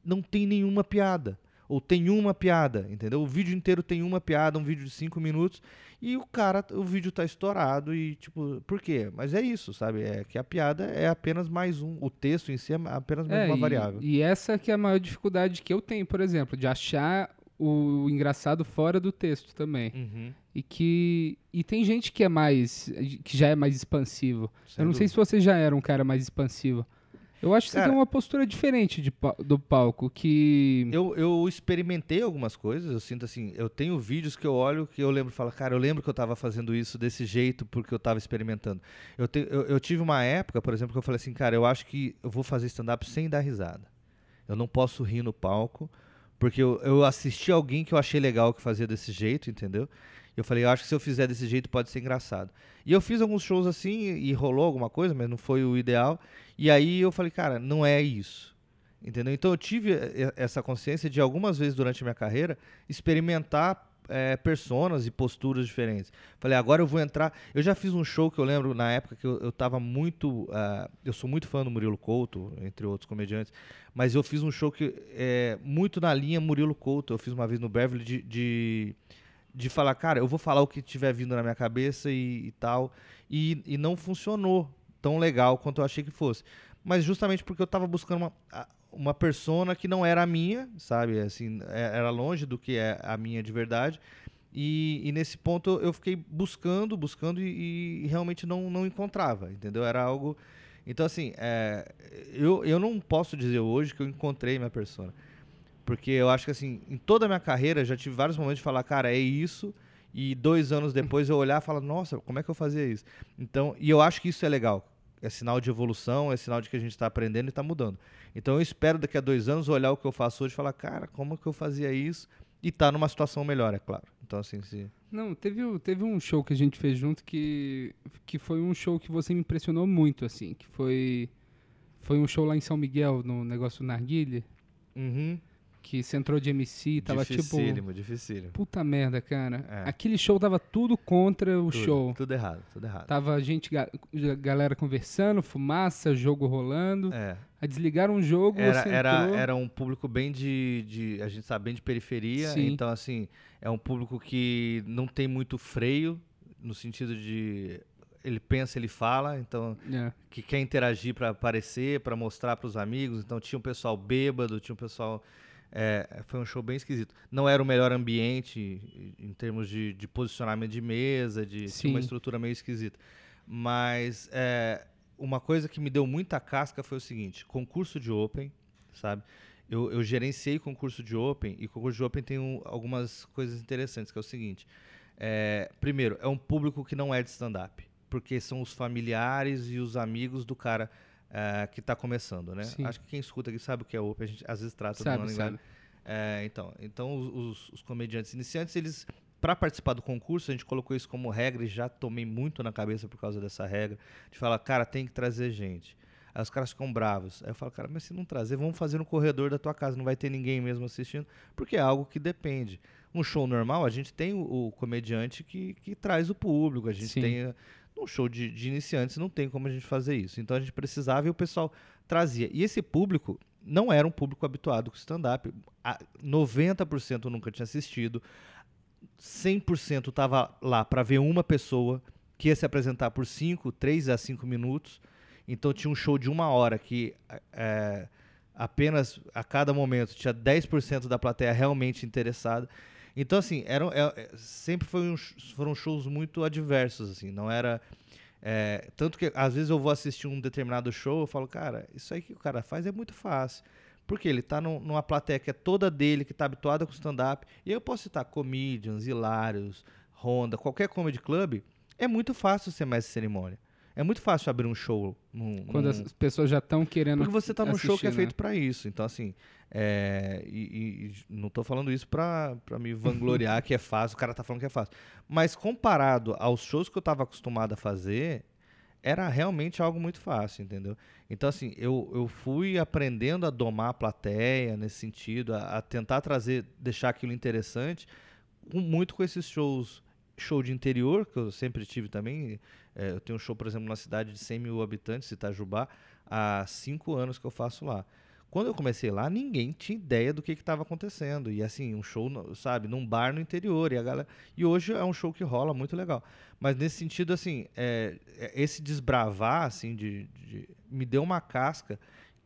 não tem nenhuma piada. Ou tem uma piada, entendeu? O vídeo inteiro tem uma piada, um vídeo de cinco minutos, e o cara, o vídeo tá estourado e, tipo, por quê? Mas é isso, sabe? É que a piada é apenas mais um, o texto em si é apenas mais É, uma e, variável. e essa que é a maior dificuldade que eu tenho, por exemplo, de achar o engraçado fora do texto também. Uhum. E que e tem gente que é mais que já é mais expansivo. Sem eu não sei se você já era um cara mais expansivo. Eu acho que Cara, você tem uma postura diferente de, pa- do palco, que Eu, eu experimentei algumas coisas, eu sinto assim, eu tenho vídeos que eu olho que eu lembro e falo, cara, eu lembro que eu tava fazendo isso desse jeito porque eu tava experimentando. Eu, te, eu, eu tive uma época, por exemplo, que eu falei assim, cara, eu acho que eu vou fazer stand-up sem dar risada. Eu não posso rir no palco, porque eu, eu assisti alguém que eu achei legal que fazia desse jeito, entendeu? Eu falei, eu acho que se eu fizer desse jeito pode ser engraçado. E eu fiz alguns shows assim e rolou alguma coisa, mas não foi o ideal. E aí eu falei, cara, não é isso. Entendeu? Então eu tive eh, essa consciência de algumas vezes durante a minha carreira experimentar eh, personas e posturas diferentes. Falei, agora eu vou entrar. Eu já fiz um show que eu lembro na época que eu, eu tava muito. Uh, eu sou muito fã do Murilo Couto, entre outros comediantes, mas eu fiz um show que é muito na linha Murilo Couto. Eu fiz uma vez no Beverly de, de, de falar, cara, eu vou falar o que tiver vindo na minha cabeça e, e tal. E, e não funcionou tão legal quanto eu achei que fosse. Mas justamente porque eu tava buscando uma. uma persona que não era a minha, sabe? Assim, era longe do que é a minha de verdade. E, e nesse ponto eu fiquei buscando, buscando e, e realmente não, não encontrava, entendeu? Era algo... Então, assim, é, eu, eu não posso dizer hoje que eu encontrei minha persona. Porque eu acho que, assim, em toda a minha carreira já tive vários momentos de falar, cara, é isso... E dois anos depois eu olhar e falar, nossa, como é que eu fazia isso? Então, e eu acho que isso é legal. É sinal de evolução, é sinal de que a gente está aprendendo e está mudando. Então eu espero daqui a dois anos olhar o que eu faço hoje e falar, cara, como que eu fazia isso? E tá numa situação melhor, é claro. Então assim, se... Não, teve, o- teve um show que a gente fez junto que, que foi um show que você me impressionou muito, assim, que foi, foi um show lá em São Miguel, no negócio Narguilé, Uhum. que você entrou de M C, tava tipo, Dificílimo, dificílimo. puta merda, cara. É. Aquele show tava tudo contra o Tudo, show. tudo errado, tudo errado. Tava gente, ga- galera conversando, fumaça, jogo rolando. É. Aí desligaram o jogo, Era, você era, entrou. era um público bem de, de. A gente sabe, bem de periferia. Sim. Então, assim, é um público que não tem muito freio, no sentido de. Ele pensa, ele fala, então. É. Que quer interagir para aparecer, para mostrar para os amigos. Então, tinha um pessoal bêbado, tinha um pessoal. É, foi um show bem esquisito. Não era o melhor ambiente em termos de, de posicionamento de mesa, de tinha uma Sim. estrutura meio esquisita. Mas é, uma coisa que me deu muita casca foi o seguinte: concurso de Open, sabe? Eu, eu gerenciei concurso de Open e concurso de Open tem um, algumas coisas interessantes, que é o seguinte. É, primeiro, é um público que não é de stand-up, porque são os familiares e os amigos do cara é, que está começando, né? Sim. Acho que quem escuta aqui sabe o que é Open, a gente às vezes trata Sabe, de uma linguagem. sabe. É, então, então os, os, os comediantes iniciantes, eles, para participar do concurso, a gente colocou isso como regra e já tomei muito na cabeça por causa dessa regra, de falar, cara, tem que trazer gente. Aí os caras ficam bravos. Aí eu falo, cara, mas se não trazer, vamos fazer no corredor da tua casa, não vai ter ninguém mesmo assistindo, porque é algo que depende. Um show normal, a gente tem o, o comediante que, que traz o público, a gente Sim. tem... Um show de, de iniciantes não tem como a gente fazer isso. Então a gente precisava e o pessoal trazia. E esse público não era um público habituado com stand-up. A- noventa por cento nunca tinha assistido. cem por cento estava lá para ver uma pessoa que ia se apresentar por cinco, três a cinco minutos. Então tinha um show de uma hora que é, apenas a cada momento tinha dez por cento da plateia realmente interessada. Então, assim, eram, é, é, sempre foi um, foram shows muito adversos, assim, não era... É, tanto que, às vezes, eu vou assistir um determinado show, eu falo, cara, isso aí que o cara faz é muito fácil. Porque ele tá num, numa plateia que é toda dele, que tá habituada com stand-up, e eu posso citar Comedians, Hilários, Honda, qualquer comedy club, é muito fácil ser mestre de cerimônia. É muito fácil abrir um show num... Quando num... as pessoas já estão querendo Porque você tá num show que é assistir, feito né? pra isso. Então, assim, é, e, e não tô falando isso pra, pra me vangloriar que é fácil, o cara tá falando que é fácil. Mas comparado aos shows que eu tava acostumado a fazer, era realmente algo muito fácil, entendeu? Então, assim, eu, eu fui aprendendo a domar a plateia nesse sentido, a, a tentar trazer, deixar aquilo interessante, com- muito com esses shows, show de interior, que eu sempre tive também. É, eu tenho um show, por exemplo, na cidade de cem mil habitantes, Itajubá, há cinco anos que eu faço lá. Quando eu comecei lá, ninguém tinha ideia do que estava acontecendo. E assim, um show, sabe, num bar no interior. E, a galera... e hoje é um show que rola muito legal. Mas nesse sentido, assim, é, esse desbravar, assim, de, de, me deu uma casca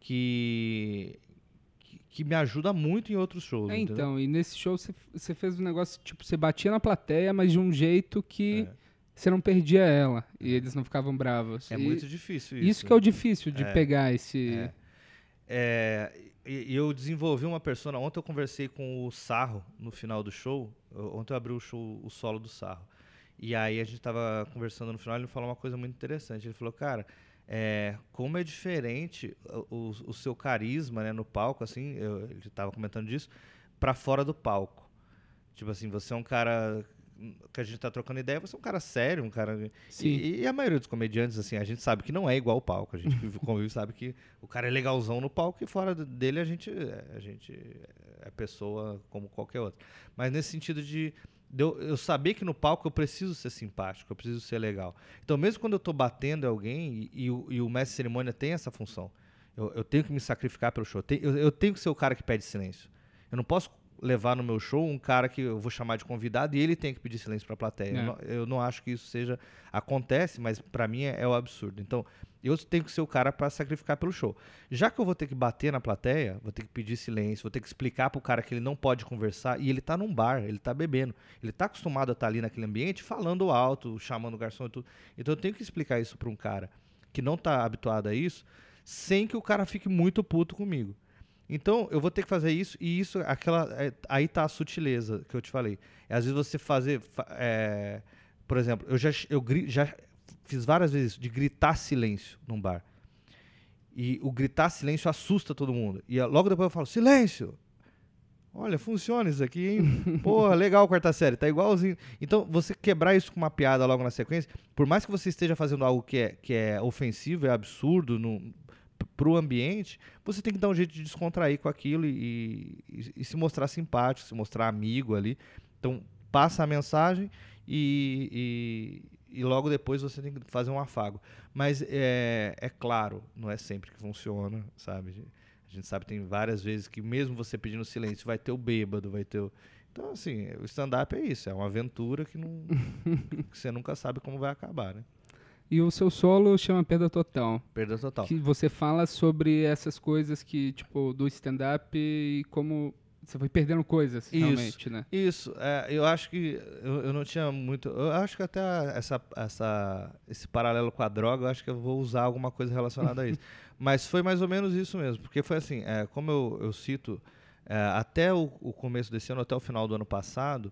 que, que, que me ajuda muito em outros shows. É, entendeu? então, e nesse show você fez um negócio, tipo, você batia na plateia, mas de um jeito que você é. não perdia ela. E eles não ficavam bravos. É e muito difícil isso. Isso que é o difícil de é. pegar esse... É. É, e eu desenvolvi uma persona. Ontem eu conversei com o Sarro no final do show. Ontem eu abri o show, o solo do Sarro. E aí a gente tava conversando no final, ele me falou uma coisa muito interessante. Ele falou, cara, é, como é diferente o, o seu carisma, né, no palco, assim, eu, ele tava comentando disso, pra fora do palco. Tipo assim, você é um cara que a gente tá trocando ideia, você é um cara sério, um cara... Sim. E, e a maioria dos comediantes, assim, a gente sabe que não é igual ao palco. A gente que convive sabe que o cara é legalzão no palco e fora dele a gente, a gente é pessoa como qualquer outra. Mas nesse sentido de... de eu, eu saber que no palco eu preciso ser simpático, eu preciso ser legal. Então, mesmo quando eu tô batendo em alguém, e, e, o, e o mestre de cerimônia tem essa função, eu, eu tenho que me sacrificar pelo show. Eu, eu tenho que ser o cara que pede silêncio. Eu não posso levar no meu show um cara que eu vou chamar de convidado e ele tem que pedir silêncio para a plateia. É. Eu, não, eu não acho que isso seja... Acontece, mas para mim é, é o absurdo. Então, eu tenho que ser o cara para sacrificar pelo show. Já que eu vou ter que bater na plateia, vou ter que pedir silêncio, vou ter que explicar pro cara que ele não pode conversar, e ele tá num bar, ele tá bebendo. Ele tá acostumado a estar ali naquele ambiente, falando alto, chamando o garçom e tudo. Então, eu tenho que explicar isso para um cara que não tá habituado a isso, sem que o cara fique muito puto comigo. Então, eu vou ter que fazer isso, e isso, aquela, é, aí tá a sutileza que eu te falei. É, às vezes você fazer, é, por exemplo, eu já, eu já fiz várias vezes isso, de gritar silêncio num bar. E o gritar silêncio assusta todo mundo. E logo depois eu falo, silêncio! Olha, funciona isso aqui, hein? Porra, legal, quarta série, tá igualzinho. Então, você quebrar isso com uma piada logo na sequência, por mais que você esteja fazendo algo que é, que é ofensivo, é absurdo, não... pro ambiente, você tem que dar um jeito de descontrair com aquilo e, e, e se mostrar simpático, se mostrar amigo ali. Então, passa a mensagem e, e, e logo depois você tem que fazer um afago. Mas é, é claro, não é sempre que funciona, sabe? A gente sabe que tem várias vezes que mesmo você pedindo silêncio, vai ter o bêbado, vai ter o... Então, assim, o stand-up é isso, é uma aventura que, não, que você nunca sabe como vai acabar, né? E o seu solo chama Perda Total. Perda Total. Que você fala sobre essas coisas que, tipo, do stand-up e como você foi perdendo coisas, isso, realmente, né? Isso. É, eu acho que eu, eu não tinha muito... Eu acho que até essa, essa, esse paralelo com a droga, eu acho que eu vou usar alguma coisa relacionada a isso. Mas foi mais ou menos isso mesmo. Porque foi assim, é, como eu, eu cito, é, até o, o começo desse ano, até o final do ano passado...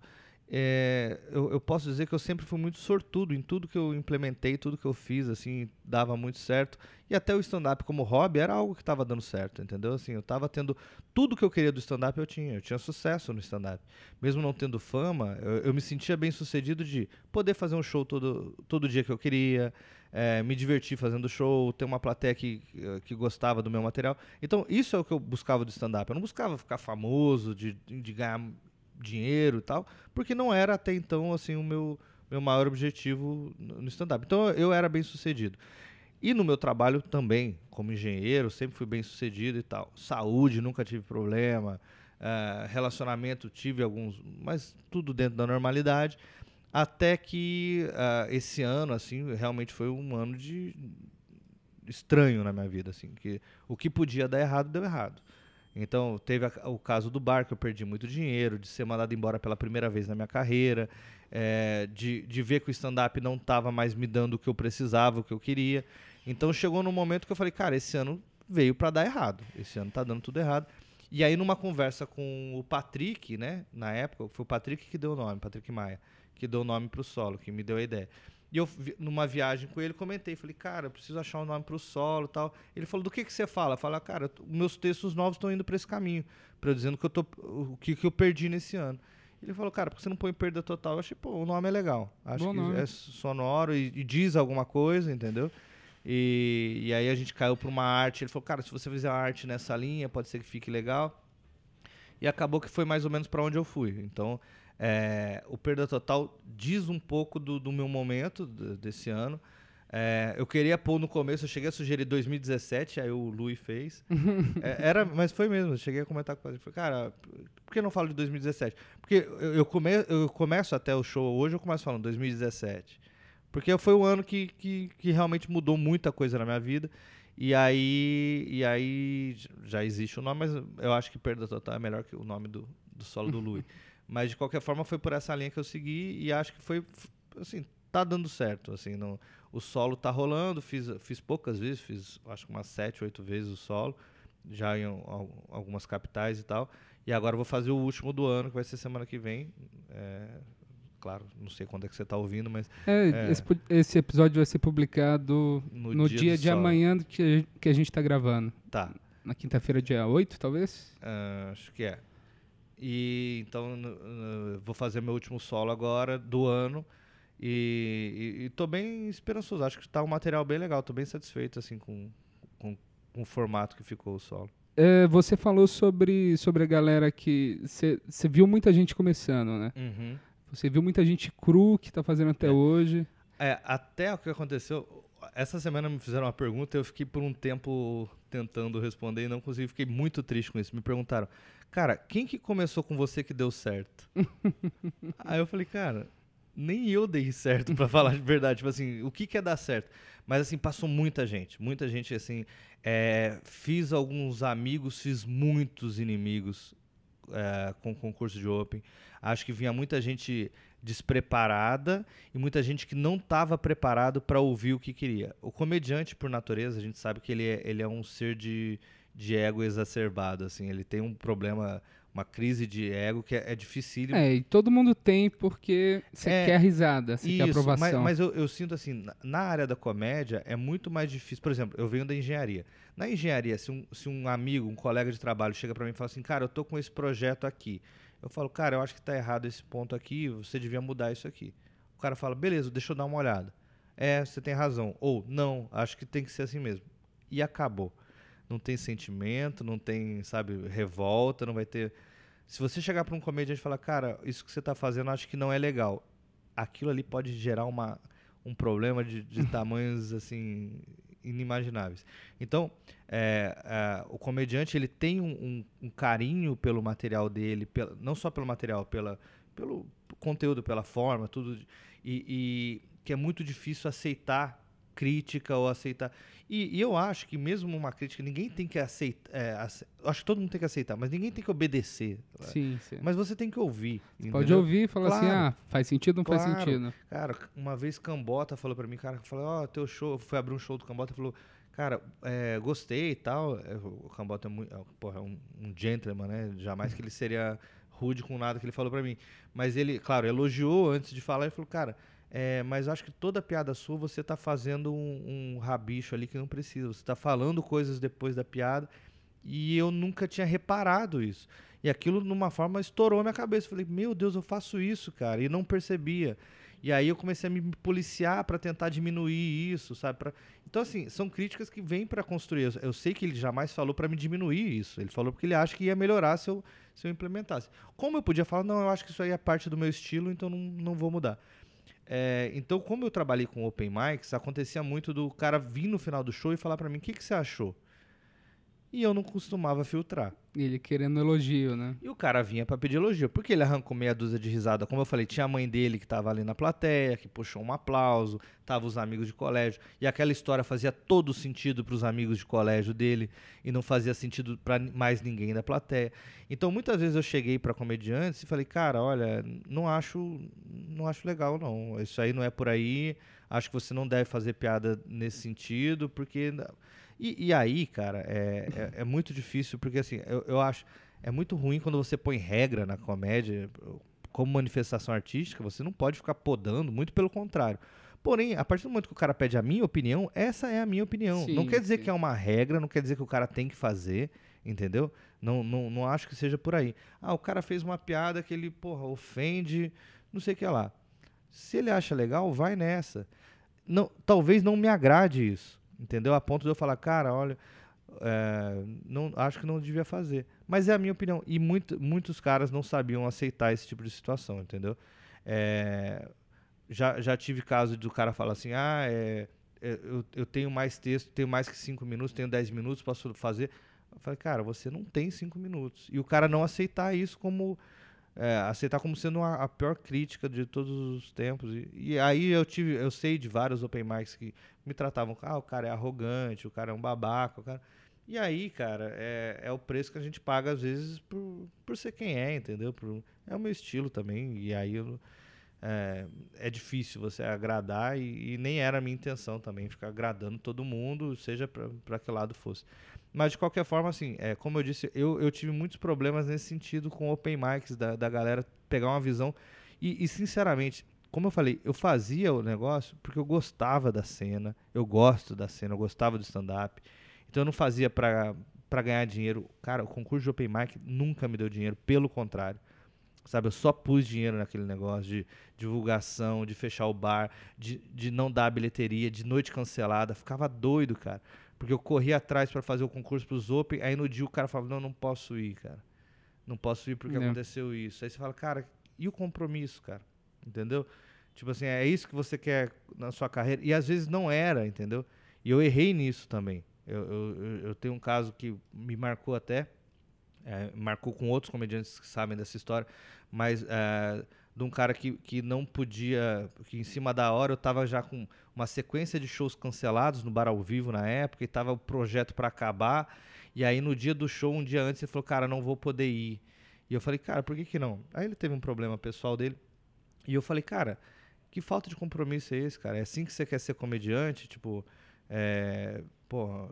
É, eu, eu posso dizer que eu sempre fui muito sortudo em tudo que eu implementei, tudo que eu fiz, assim, dava muito certo. E até o stand-up como hobby era algo que estava dando certo, entendeu? Assim, eu estava tendo tudo que eu queria do stand-up, eu tinha. Eu tinha sucesso no stand-up. Mesmo não tendo fama, eu, eu me sentia bem sucedido de poder fazer um show todo, todo dia que eu queria, é, me divertir fazendo show, ter uma plateia que, que gostava do meu material. Então, isso é o que eu buscava do stand-up. Eu não buscava ficar famoso, de, de ganhar dinheiro e tal, porque não era até então assim o meu, meu maior objetivo no stand-up. Então eu era bem sucedido. E no meu trabalho também, como engenheiro, sempre fui bem sucedido e tal. Saúde, nunca tive problema. Uh, relacionamento, tive alguns, mas tudo dentro da normalidade. Até que uh, esse ano, assim, realmente foi um ano de estranho na minha vida, assim, que o que podia dar errado, deu errado. Então, teve a, o caso do bar, que eu perdi muito dinheiro, de ser mandado embora pela primeira vez na minha carreira, é, de, de ver que o stand-up não estava mais me dando o que eu precisava, o que eu queria. Então, chegou num momento que eu falei, cara, esse ano veio para dar errado. Esse ano tá dando tudo errado. E aí, numa conversa com o Patrick, né, na época, foi o Patrick que deu o nome, Patrick Maia, que deu o nome pro solo, que me deu a ideia. E eu, numa viagem com ele, comentei, falei, cara, eu preciso achar um nome pro solo e tal. Ele falou, do que que você fala? Eu falei, cara, meus textos novos estão indo para esse caminho, para eu dizendo que eu tô, o que, que eu perdi nesse ano. Ele falou, cara, por que você não põe Perda Total? Eu achei, pô, o nome é legal. Acho Bom que nome. É sonoro e, e diz alguma coisa, entendeu? E, e aí a gente caiu para uma arte. Ele falou, cara, se você fizer uma arte nessa linha, pode ser que fique legal. E acabou que foi mais ou menos para onde eu fui. Então... É, o Perda Total diz um pouco do, do meu momento d- desse ano, É, eu queria pôr no começo, eu cheguei a sugerir dois mil e dezessete, aí o Lui fez. é, era, mas foi mesmo, eu cheguei a comentar com ele. Falei, cara, por que eu não falo de dois mil e dezessete? Porque eu, eu, come, eu começo até o show hoje, eu começo falando dois mil e dezessete. Porque foi o ano que, que, que realmente mudou muita coisa na minha vida. E aí, e aí já existe o nome, mas eu acho que Perda Total é melhor que o nome do, do solo do Lui. Mas de qualquer forma foi por essa linha que eu segui e acho que foi, assim, tá dando certo, assim, no, o solo tá rolando, fiz, fiz poucas vezes, fiz acho que umas sete, oito vezes o solo, já em algumas capitais e tal, e agora eu vou fazer o último do ano, que vai ser semana que vem, é, claro, não sei quando é que você tá ouvindo, mas... É, é, esse, esse episódio vai ser publicado no, no dia, dia de solo. Amanhã que, que a gente tá gravando. Tá. Na quinta-feira, dia oito, talvez? Uh, acho que é. E então uh, vou fazer meu último solo agora do ano e, e, e tô bem esperançoso. Acho que tá um material bem legal, tô bem satisfeito assim com, com, com o formato que ficou o solo. É, você falou sobre, sobre a galera que você viu muita gente começando, né? Uhum. Você viu muita gente cru que tá fazendo até é. hoje. É, até o que aconteceu. Essa semana me fizeram uma pergunta e eu fiquei por um tempo tentando responder e não consegui. Fiquei muito triste com isso. Me perguntaram, cara, quem que começou com você que deu certo? Aí eu falei, cara, nem eu dei certo, pra falar de verdade. Tipo assim, o que que é dar certo? Mas assim, passou muita gente. Muita gente, assim, é, fiz alguns amigos, fiz muitos inimigos é, com o concurso de Open. Acho que vinha muita gente despreparada e muita gente que não estava preparado para ouvir o que queria. O comediante, por natureza, a gente sabe que ele é, ele é um ser de, de ego exacerbado, assim, ele tem um problema, uma crise de ego que é, é dificílimo. É, e todo mundo tem porque você é, quer risada, você quer aprovação. Mas, mas eu, eu sinto assim, na, na área da comédia é muito mais difícil. Por exemplo, eu venho da engenharia. Na engenharia, se um, se um amigo, um colega de trabalho chega para mim e fala assim, cara, eu tô com esse projeto aqui. Eu falo, cara, eu acho que tá errado esse ponto aqui, você devia mudar isso aqui. O cara fala, beleza, deixa eu dar uma olhada. É, você tem razão. Ou, não, acho que tem que ser assim mesmo. E acabou. Não tem sentimento, não tem, sabe, revolta, não vai ter... Se você chegar para um comediante e falar, cara, isso que você tá fazendo acho que não é legal. Aquilo ali pode gerar uma, um problema de, de tamanhos, assim... inimagináveis. Então, é, é, o comediante ele tem um, um, um carinho pelo material dele, pela, não só pelo material, pela, pelo conteúdo, pela forma, tudo, e, e que é muito difícil aceitar crítica ou aceitar... E, e eu acho que mesmo uma crítica, ninguém tem que aceitar... É, ace, acho que todo mundo tem que aceitar, mas ninguém tem que obedecer. Sim, sim. Mas você tem que ouvir. Você pode ouvir e falar claro, assim, ah, faz sentido ou não claro. faz sentido. Cara, uma vez Cambota falou pra mim, cara, falou, ó, oh, teu show, foi abrir um show do Cambota, falou, cara, é, gostei e tal, o Cambota é, muito, é, porra, é um, um gentleman, né, jamais que ele seria rude com nada que ele falou pra mim, mas ele, claro, elogiou antes de falar e falou, cara, é, mas acho que toda piada sua você tá fazendo um, um rabicho ali que não precisa, você tá falando coisas depois da piada e eu nunca tinha reparado isso. E aquilo, numa forma, estourou a minha cabeça. Eu falei, meu Deus, eu faço isso, cara. E não percebia. E aí eu comecei a me policiar para tentar diminuir isso, sabe? Pra... Então, assim, são críticas que vêm para construir. Eu sei que ele jamais falou para me diminuir isso. Ele falou porque ele acha que ia melhorar se eu, se eu implementasse. Como eu podia falar, não, eu acho que isso aí é parte do meu estilo, então não, não vou mudar. É, então, como eu trabalhei com open mics, acontecia muito do cara vir no final do show e falar para mim, o que, que você achou? E eu não costumava filtrar. Ele querendo elogio, né? E o cara vinha pra pedir elogio. Porque ele arrancou meia dúzia de risada. Como eu falei, tinha a mãe dele que tava ali na plateia, que puxou um aplauso, tava os amigos de colégio. E aquela história fazia todo sentido pros amigos de colégio dele e não fazia sentido pra mais ninguém da plateia. Então, muitas vezes eu cheguei pra comediantes e falei, cara, olha, não acho, não acho legal, não. Isso aí não é por aí. Acho que você não deve fazer piada nesse sentido, porque... E, e aí, cara, é, é, é muito difícil, porque assim, eu, eu acho, é muito ruim quando você põe regra na comédia, como manifestação artística, você não pode ficar podando, muito pelo contrário. Porém, a partir do momento que o cara pede a minha opinião, essa é a minha opinião. Sim, não quer dizer sim. que é uma regra, não quer dizer que o cara tem que fazer, entendeu? Não, não, não acho que seja por aí. Ah, o cara fez uma piada que ele, porra, ofende, não sei o que lá. Se ele acha legal, vai nessa. Não, talvez não me agrade isso. Entendeu? A ponto de eu falar, cara, olha, é, não, acho que não devia fazer. Mas é a minha opinião. E muito, muitos caras não sabiam aceitar esse tipo de situação, entendeu? É, já, já tive caso do cara falar assim, ah, é, eu, eu tenho mais texto, tenho mais que cinco minutos, tenho dez minutos, posso fazer. Eu falei, cara, você não tem cinco minutos. E o cara não aceitar isso como... É, aceitar como sendo uma, a pior crítica de todos os tempos. E, e aí eu tive, eu sei de vários open mics que me tratavam, ah, o cara é arrogante, o cara é um babaca, o cara... E aí, cara, é, é o preço que a gente paga às vezes por, por ser quem é, entendeu? Por, é o meu estilo também, e aí eu, é, é difícil você agradar, e, e nem era a minha intenção também, ficar agradando todo mundo, seja para que lado fosse. Mas, de qualquer forma, assim, é, como eu disse, eu, eu tive muitos problemas nesse sentido com open mics da, da galera pegar uma visão. E, e, sinceramente, como eu falei, eu fazia o negócio porque eu gostava da cena, eu gosto da cena, eu gostava do stand-up. Então, eu não fazia pra, pra ganhar dinheiro. Cara, o concurso de open mic nunca me deu dinheiro, pelo contrário. Sabe, eu só pus dinheiro naquele negócio de divulgação, de fechar o bar, de, de não dar bilheteria, de noite cancelada. Ficava doido, cara. Porque eu corria atrás para fazer o concurso pros Open, aí no dia o cara falava, não, não posso ir, cara. Não posso ir porque não. aconteceu isso. Aí você fala, cara, e o compromisso, cara? Entendeu? Tipo assim, é isso que você quer na sua carreira? E às vezes não era, entendeu? E eu errei nisso também. Eu, eu, eu tenho um caso que me marcou até, é, marcou com outros comediantes que sabem dessa história, mas é, de um cara que, que não podia, que em cima da hora eu tava já com uma sequência de shows cancelados no Bar ao Vivo na época, e tava o projeto para acabar, e aí no dia do show, um dia antes, ele falou, cara, não vou poder ir. E eu falei, cara, por que que não? Aí ele teve um problema pessoal dele, e eu falei, cara, que falta de compromisso é esse, cara? É assim que você quer ser comediante? Tipo, é, pô,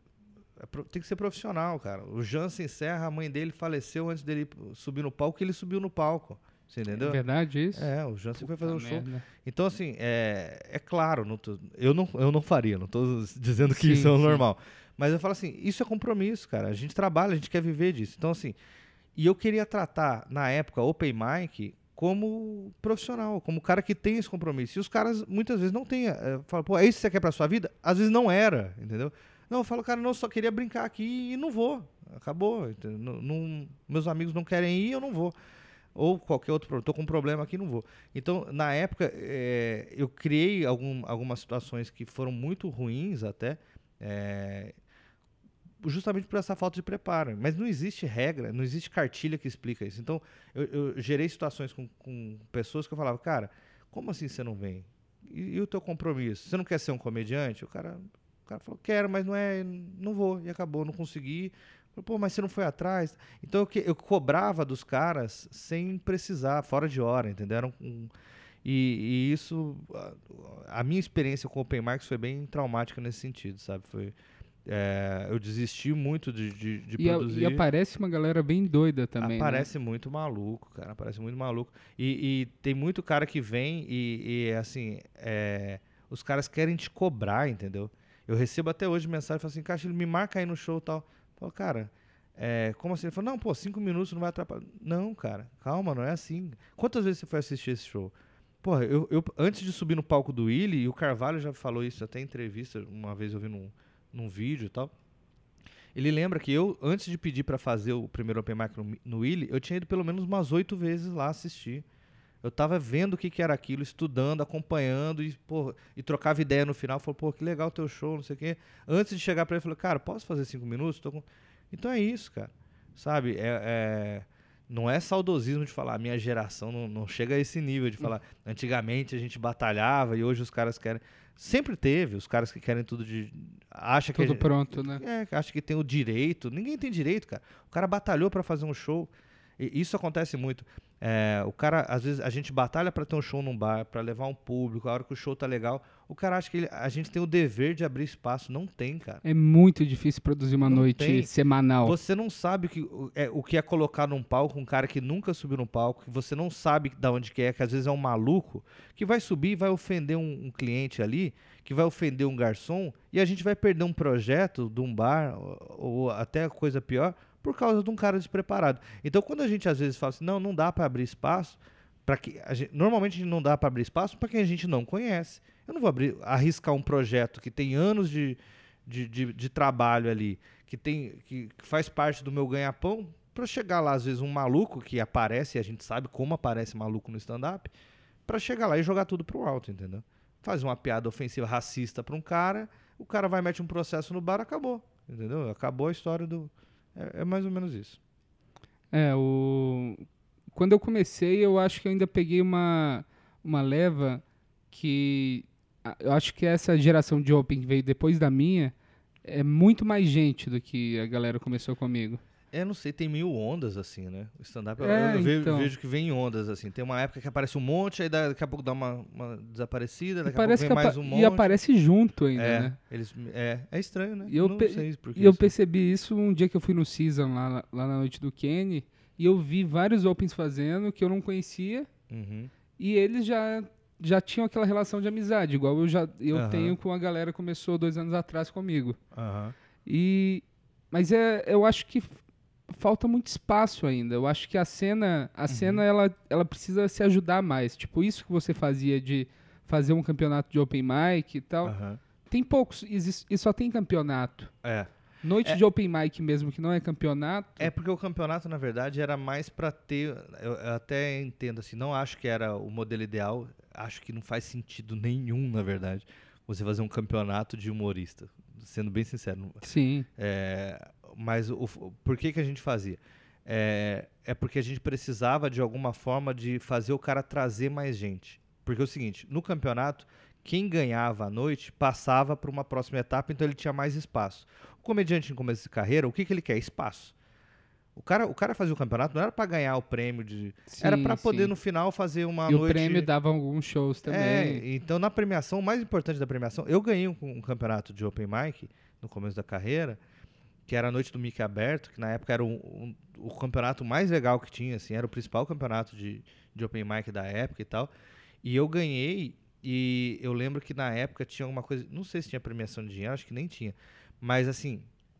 é, tem que ser profissional, cara. O Jansen Serra, a mãe dele faleceu antes dele subir no palco, e ele subiu no palco. Você entendeu? É verdade isso? É, o Jansen foi fazer um show. Merda. Então, assim, é, é claro, não tô, eu, não, eu não faria, não tô dizendo que Sim, isso é o sim. normal. Mas eu falo assim, isso é compromisso, cara. A gente trabalha, a gente quer viver disso. Então, assim, e eu queria tratar, na época, open mic como profissional, como cara que tem esse compromisso. E os caras, muitas vezes, não têm. É, falam, pô, é isso que você quer pra sua vida? Às vezes não era, entendeu? Não, eu falo, cara, não, eu só queria brincar aqui e não vou. Acabou. Não, não, meus amigos não querem ir, eu não vou. Ou qualquer outro problema, estou com um problema aqui, não vou. Então, na época, é, eu criei algum, algumas situações que foram muito ruins até, é, justamente por essa falta de preparo. Mas não existe regra, não existe cartilha que explica isso. Então, eu, eu gerei situações com, com pessoas que eu falava, cara, como assim você não vem? E, e o teu compromisso? Você não quer ser um comediante? O cara, o cara falou, quero, mas não é, não vou. E acabou, não consegui. Pô, mas você não foi atrás? Então eu, que, eu cobrava dos caras sem precisar, fora de hora, entendeu? Era um, um, e, e isso, a, a minha experiência com o Open Mics foi bem traumática nesse sentido, sabe? Foi, é, eu desisti muito de, de, de e produzir. A, e aparece uma galera bem doida também, Aparece né? muito maluco, cara, aparece muito maluco. E, e tem muito cara que vem e, e assim, é, os caras querem te cobrar, entendeu? Eu recebo até hoje mensagem, falo assim, Castilho, me marca aí no show e tal. Falei, cara, é, como assim? Ele falou, não, pô, cinco minutos não vai atrapalhar. Não, cara, calma, não é assim. Quantas vezes você foi assistir esse show? Porra, eu, eu antes de subir no palco do Willy, e o Carvalho já falou isso até em entrevista, uma vez eu vi num, num vídeo e tal. Ele lembra que eu, antes de pedir pra fazer o primeiro Open Mic no, no Willy, eu tinha ido pelo menos umas oito vezes lá assistir. Eu tava vendo o que, que era aquilo, estudando, acompanhando e, pô, e trocava ideia no final. Falei, pô, que legal o teu show, não sei o quê. Antes de chegar pra ele, eu falei, cara, posso fazer cinco minutos? Tô com... Então é isso, cara. Sabe? É, é... Não é saudosismo de falar, a minha geração não, não chega a esse nível de falar. Antigamente a gente batalhava e hoje os caras querem... Sempre teve os caras que querem tudo de... Acha Tudo que a... pronto, né? É, acha que tem o direito. Ninguém tem direito, cara. O cara batalhou pra fazer um show. E isso acontece muito. É, o cara, às vezes, a gente batalha pra ter um show num bar, pra levar um público, a hora que o show tá legal, o cara acha que ele, a gente tem o dever de abrir espaço. Não tem, cara. É muito difícil produzir uma Não noite tem. semanal. Você não sabe que, é, o que é colocar num palco um cara que nunca subiu num palco, que você não sabe de onde que é, que às vezes é um maluco, que vai subir e vai ofender um, um cliente ali, que vai ofender um garçom, e a gente vai perder um projeto de um bar, ou, ou até coisa pior, por causa de um cara despreparado. Então, quando a gente às vezes fala assim, não, não dá para abrir espaço, para que a gente, normalmente a gente não dá para abrir espaço para quem a gente não conhece. Eu não vou abrir, arriscar um projeto que tem anos de, de, de, de trabalho ali, que, tem, que, que faz parte do meu ganha-pão, para chegar lá, às vezes, um maluco que aparece, e a gente sabe como aparece maluco no stand-up, para chegar lá e jogar tudo pro alto, entendeu? faz uma piada ofensiva racista pra um cara, o cara vai mete um processo no bar, acabou. Entendeu? Acabou a história do... É, é mais ou menos isso. É, o... Quando eu comecei, eu acho que eu ainda peguei uma, uma leva que... Eu acho que essa geração de Open que veio depois da minha é muito mais gente do que a galera começou comigo. É, não sei, tem mil ondas, assim, né? O stand-up, eu, É, eu vejo, então. vejo que vem em ondas, assim. Tem uma época que aparece um monte, aí daqui a pouco dá uma, uma desaparecida, daqui a pouco vem mais um monte. E aparece junto ainda, é, né? Eles, é, é estranho, né? E eu, não pe sei por que e eu isso. percebi isso um dia que eu fui no Season, lá, lá na noite do Kenny, e eu vi vários Opens fazendo que eu não conhecia, Uhum. e eles já... já tinham aquela relação de amizade, igual eu já eu Aham. tenho com a galera que começou dois anos atrás comigo. Aham. E, mas é, eu acho que f- falta muito espaço ainda. Eu acho que a cena, a Uhum. cena ela, ela precisa se ajudar mais. Tipo, isso que você fazia de fazer um campeonato de open mic e tal. Aham. Tem poucos, existe- e só tem campeonato. É. Noite É. de open mic mesmo, que não é campeonato. É porque o campeonato, na verdade, era mais pra ter. Eu, eu até entendo assim, não acho que era o modelo ideal. Acho que não faz sentido nenhum, na verdade, você fazer um campeonato de humorista. Sendo bem sincero. não- Sim, É, mas o, o- por que, que a gente fazia? É, é porque a gente precisava, de alguma forma, de fazer o cara trazer mais gente. Porque é o seguinte, no campeonato, quem ganhava à noite passava para uma próxima etapa, então ele tinha mais espaço. O comediante em começo de carreira, o que, que ele quer? Espaço. O cara, o cara fazia o campeonato não era para ganhar o prêmio, de, era sim, para poder sim. no final fazer uma E noite... o prêmio dava alguns shows também. É, então na premiação, o mais importante da premiação, eu ganhei um, um campeonato de open mic no começo da carreira, que era a noite do Mickey aberto, que na época era um, um, o campeonato mais legal que tinha, assim, era o principal campeonato de, de open mic da época e tal. E eu ganhei, e eu lembro que na época tinha alguma coisa, não sei se tinha premiação de dinheiro, acho que nem tinha, mas assim,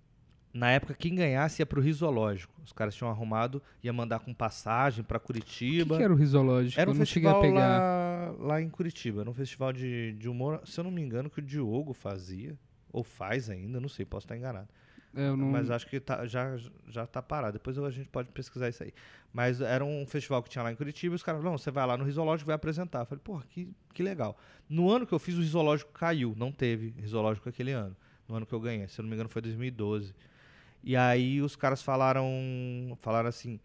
na época quem ganhasse ia pro Risológico. Os caras tinham arrumado, ia mandar com passagem pra O que, Curitiba. que era o Risológico? Era um Eu não cheguei a festival pegar. lá, lá em Curitiba, era um festival de, de humor, se eu não me engano, que o Diogo fazia, ou faz ainda, não sei, posso estar enganado. É, eu não... Mas acho que tá, já, já tá parado, depois a gente pode pesquisar isso aí. Mas era um festival que tinha lá em Curitiba, e os caras falaram, não, você vai lá no Risológico e vai apresentar. Eu falei, porra, que, que legal. No ano que eu fiz, o Risológico caiu, não teve Risológico aquele ano, no ano que eu ganhei, se eu não me engano foi dois mil e doze. E aí os caras falaram, falaram assim,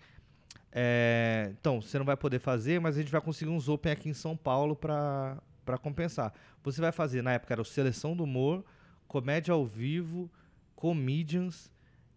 é, então, você não vai poder fazer, mas a gente vai conseguir uns Open aqui em São Paulo pra, pra compensar. Você vai fazer, na época era o Seleção do Humor, Comédia ao Vivo, Comedians,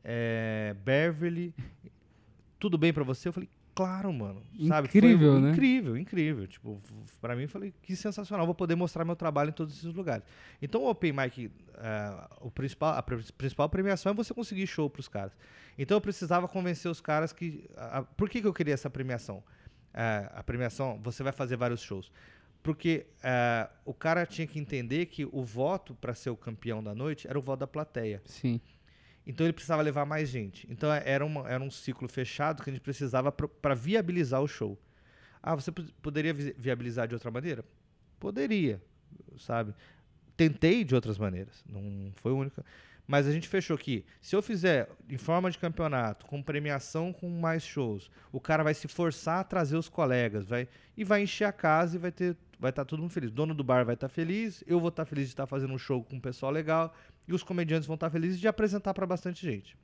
é, Beverly, tudo bem pra você? Eu falei, claro, mano. Sabe? Incrível, Foi né? Incrível, incrível. Tipo, f- pra mim, eu falei, que sensacional, vou poder mostrar meu trabalho em todos esses lugares. Então, o Open Mic, é, o principal, a pre- principal premiação é você conseguir show pros caras. Então, eu precisava convencer os caras que... a- a- por que, que eu queria essa premiação? É, a premiação, você vai fazer vários shows. Porque é, o cara tinha que entender que o voto para ser o campeão da noite era o voto da plateia. Sim. Então ele precisava levar mais gente. Então é- era, uma, era um ciclo fechado que a gente precisava para viabilizar o show. Ah, você pod- poderia vi- viabilizar de outra maneira? Poderia, sabe? Tentei de outras maneiras, não foi a única. Mas a gente fechou que, se eu fizer em forma de campeonato, com premiação, com mais shows, o cara vai se forçar a trazer os colegas, vai, e vai encher a casa e vai ter, vai estar todo mundo feliz. O dono do bar vai estar feliz, eu vou estar feliz de estar fazendo um show com um pessoal legal, e os comediantes vão estar felizes de apresentar para bastante gente.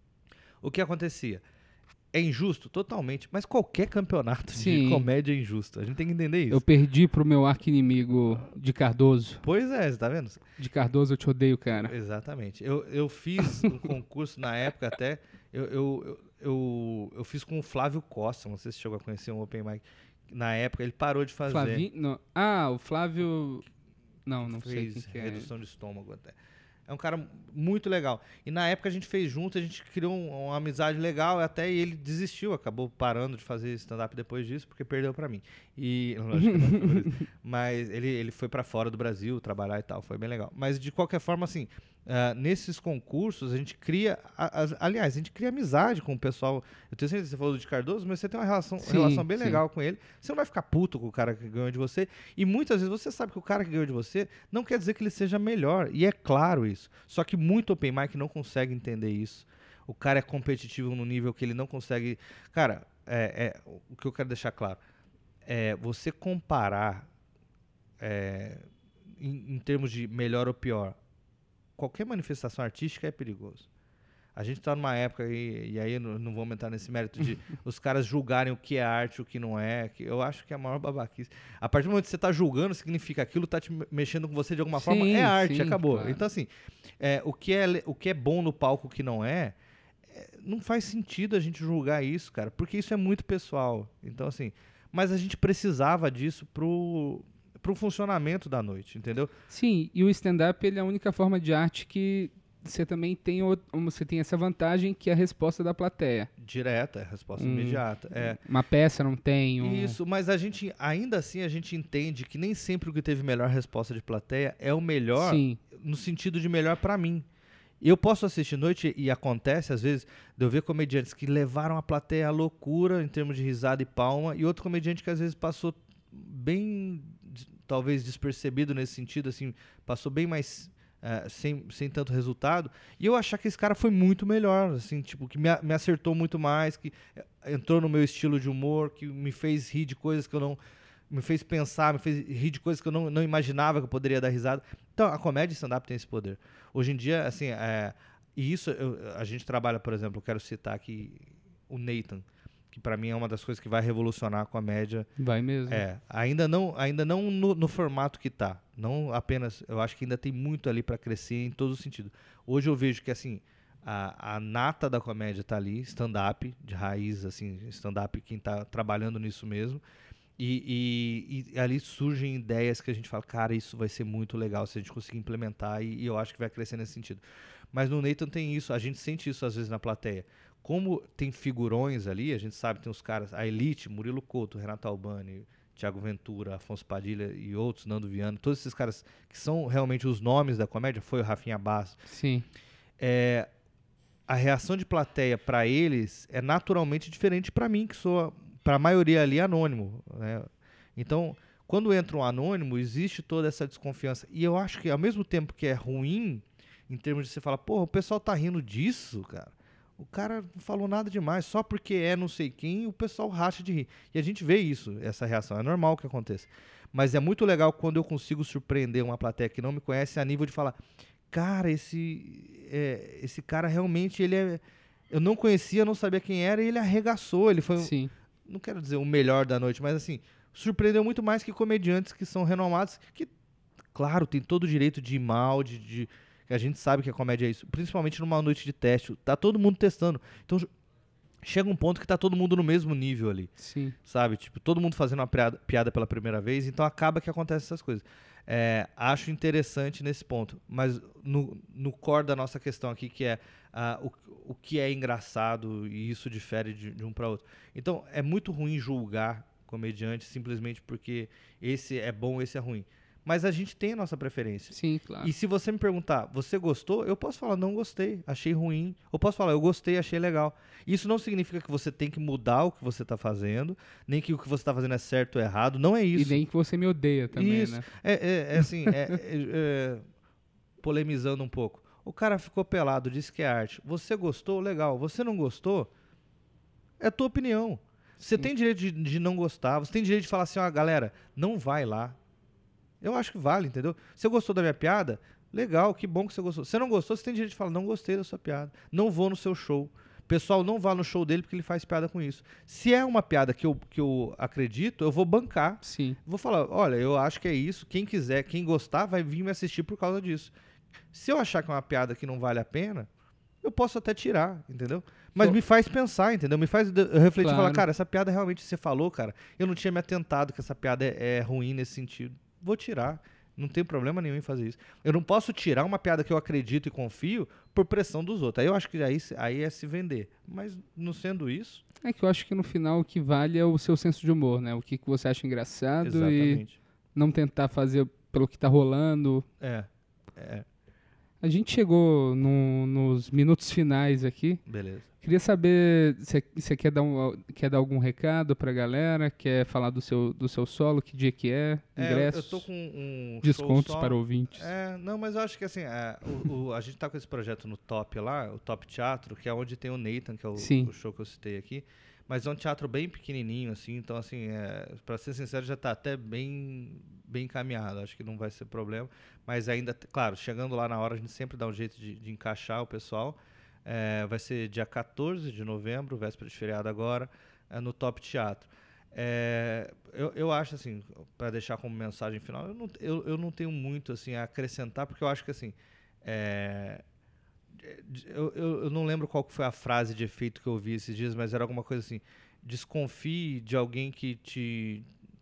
O que acontecia? É injusto? Totalmente. Mas qualquer campeonato Sim. de comédia é injusto. A gente tem que entender isso. Eu perdi pro meu arqui-inimigo de Cardoso. Pois é, você tá vendo? De Cardoso eu te odeio, cara. Exatamente. Eu, eu fiz um concurso na época até. Eu, eu, eu, eu, eu fiz com o Flávio Costa. Não sei se você chegou a conhecer um Open Mic. Na época ele parou de fazer. Flavinho? Não. Ah, o Flávio... Não, não sei Fez quem que é. redução de estômago até. É um cara muito legal. E na época a gente fez junto, a gente criou um- uma amizade legal, até ele desistiu, acabou parando de fazer stand-up depois disso, porque perdeu pra mim. E, lógico que não foi por isso. Mas ele, ele foi pra fora do Brasil trabalhar e tal, foi bem legal. Mas de qualquer forma, assim, ah, nesses concursos a gente cria, a- as- aliás, a gente cria amizade com o pessoal. Eu tenho certeza que você falou de Cardoso, mas você tem uma relação, Sim, relação bem sim. legal com ele. Você não vai ficar puto com o cara que ganhou de você. E muitas vezes você sabe que o cara que ganhou de você não quer dizer que ele seja melhor. E é claro isso. Só que muito open mic não consegue entender isso. O cara é competitivo no nível que ele não consegue... Cara, é, é, o que eu quero deixar claro é você comparar... é, em, em termos de melhor ou pior, qualquer manifestação artística é perigoso. A gente está numa época, e, e aí não, não vou entrar nesse mérito de os caras julgarem o que é arte, o que não é, que eu acho que é a maior babaquice. A partir do momento que você está julgando, significa aquilo está te mexendo com você de alguma sim, forma, é arte, sim, acabou. claro. Então, assim, é, o, que é, o que é bom no palco, o que não é, é, não faz sentido a gente julgar isso, cara, porque isso é muito pessoal. Então, assim, mas a gente precisava disso pro... para o funcionamento da noite, entendeu? Sim, e o stand-up ele é a única forma de arte que você também tem, o- você tem essa vantagem que é a resposta da plateia. Direta, é a resposta Hum, imediata. É. Uma peça não tem um... Isso, mas a gente, ainda assim, a gente entende que nem sempre o que teve melhor resposta de plateia é o melhor, Sim, no sentido de melhor para mim. Eu posso assistir noite e acontece, às vezes, de eu ver comediantes que levaram a plateia à loucura em termos de risada e palma, e outro comediante que às vezes passou bem, des- talvez despercebido nesse sentido, assim, passou bem mais eh, sem, sem tanto resultado, e eu achar que esse cara foi muito melhor, assim, tipo, que me, a- me acertou muito mais, que eh, entrou no meu estilo de humor, que me fez rir de coisas que eu não... me fez pensar, me fez rir de coisas que eu não, não imaginava que eu poderia dar risada. Então, a comédia e stand-up tem esse poder. Hoje em dia, assim, é, e isso, eu- a gente trabalha, por exemplo, eu quero citar aqui o Nathan, que para mim é uma das coisas que vai revolucionar a comédia. vai mesmo. É, ainda não, ainda não no, no formato que tá. Não apenas, eu acho que ainda tem muito ali para crescer em todo sentido. Hoje eu vejo que, assim, a, a nata da comédia tá ali, stand-up, de raiz, assim, stand-up, quem tá trabalhando nisso mesmo. E, e- e ali surgem ideias que a gente fala, cara, isso vai ser muito legal se a gente conseguir implementar, e, e eu acho que vai crescer nesse sentido. Mas no Nathan tem isso, a gente sente isso às vezes na plateia. Como tem figurões ali, a gente sabe, tem os caras, a Elite, Murilo Couto, Renato Albani, Thiago Ventura, Afonso Padilha e outros, Nando Viana, todos esses caras que são realmente os nomes da comédia, foi o Rafinha Bastos. Sim, É, a reação de plateia para eles é naturalmente diferente para mim, que sou, para a maioria ali, anônimo, né? Então, quando entra um anônimo, existe toda essa desconfiança. E eu acho que, ao mesmo tempo que é ruim, em termos de você falar, porra, o pessoal tá rindo disso, cara. O cara não falou nada demais, só porque é não sei quem, o pessoal racha de rir. E a gente vê isso, essa reação, é normal que aconteça. Mas é muito legal quando eu consigo surpreender uma plateia que não me conhece a nível de falar, cara, esse, é, esse cara realmente, ele é... Eu não conhecia, não sabia quem era, e ele arregaçou. Ele foi, um- sim. não quero dizer o melhor da noite, mas assim, surpreendeu muito mais que comediantes que são renomados, que, claro, tem todo o direito de ir mal, de, de- que a gente sabe que a comédia é isso, principalmente numa noite de teste, tá todo mundo testando. Então, chega um ponto que tá todo mundo no mesmo nível ali, Sim. sabe? Tipo, todo mundo fazendo uma piada, piada pela primeira vez, então acaba que acontece essas coisas. É, acho interessante nesse ponto, mas no, no core da nossa questão aqui, que é ah, o, o que é engraçado, e isso difere de, de um para outro. Então, é muito ruim julgar comediante simplesmente porque esse é bom, esse é ruim. Mas a gente tem a nossa preferência. Sim, claro. E se você me perguntar, você gostou? Eu posso falar, não gostei, achei ruim. Eu posso falar, eu gostei, achei legal. Isso não significa que você tem que mudar o que você está fazendo, nem que o que você está fazendo é certo ou errado. Não é isso. E nem que você me odeia também, Isso. né? É, é- é assim, é- é- é, polemizando um pouco. O cara ficou pelado, disse que é arte. Você gostou? Legal. Você não gostou? É tua opinião. Você Sim. tem direito de, de não gostar. Você tem direito de falar assim, ó, galera, não vai lá. Eu acho que vale, entendeu? Você gostou da minha piada? Legal, que bom que você gostou. Você não gostou, você tem direito de falar, não gostei da sua piada. Não vou no seu show. Pessoal, não vá no show dele porque ele faz piada com isso. Se é uma piada que eu, que eu acredito, eu vou bancar. Sim. Vou falar, olha, eu acho que é isso. Quem quiser, quem gostar, vai vir me assistir por causa disso. Se eu achar que é uma piada que não vale a pena, eu posso até tirar, entendeu? Mas Só- me faz pensar, entendeu? Me faz de- eu refletir e falar, Claro. cara, essa piada realmente você falou, cara. Eu não tinha me atentado que essa piada é, é ruim nesse sentido. Vou tirar. Não tem problema nenhum em fazer isso. Eu não posso tirar uma piada que eu acredito e confio por pressão dos outros. Aí eu acho que aí, aí é se vender. Mas não sendo isso, É que eu acho que no final o que vale é o seu senso de humor, né? O que, que você acha engraçado e exatamente. não tentar fazer pelo que tá rolando. É, é, A gente chegou no- nos minutos finais aqui. beleza. Queria saber se você quer dar, um, quer dar algum recado pra galera, quer falar do seu, do seu solo, que dia que é, É, eu- ingressos, eu tô com um descontos show só. para ouvintes. É, não, mas eu acho que assim, é, o, o- a gente tá com esse projeto no Top lá, o Top Teatro, que é onde tem o Nathan, que é o, Sim. o show que eu citei aqui. Mas é um teatro bem pequenininho, assim, então assim, é, pra ser sincero, já tá até bem, bem encaminhado, acho que não vai ser problema, mas ainda, claro, chegando lá na hora, a gente sempre dá um jeito de, de encaixar o pessoal. É, vai ser dia quatorze de novembro, véspera de feriado agora, é, no Top Teatro. É, eu, eu acho assim, para deixar como mensagem final, eu não, eu, eu não tenho muito assim a acrescentar, porque eu acho que assim, é, eu, eu, eu não lembro qual que foi a frase de efeito que eu ouvi esses dias, mas era alguma coisa assim: desconfie de alguém que te,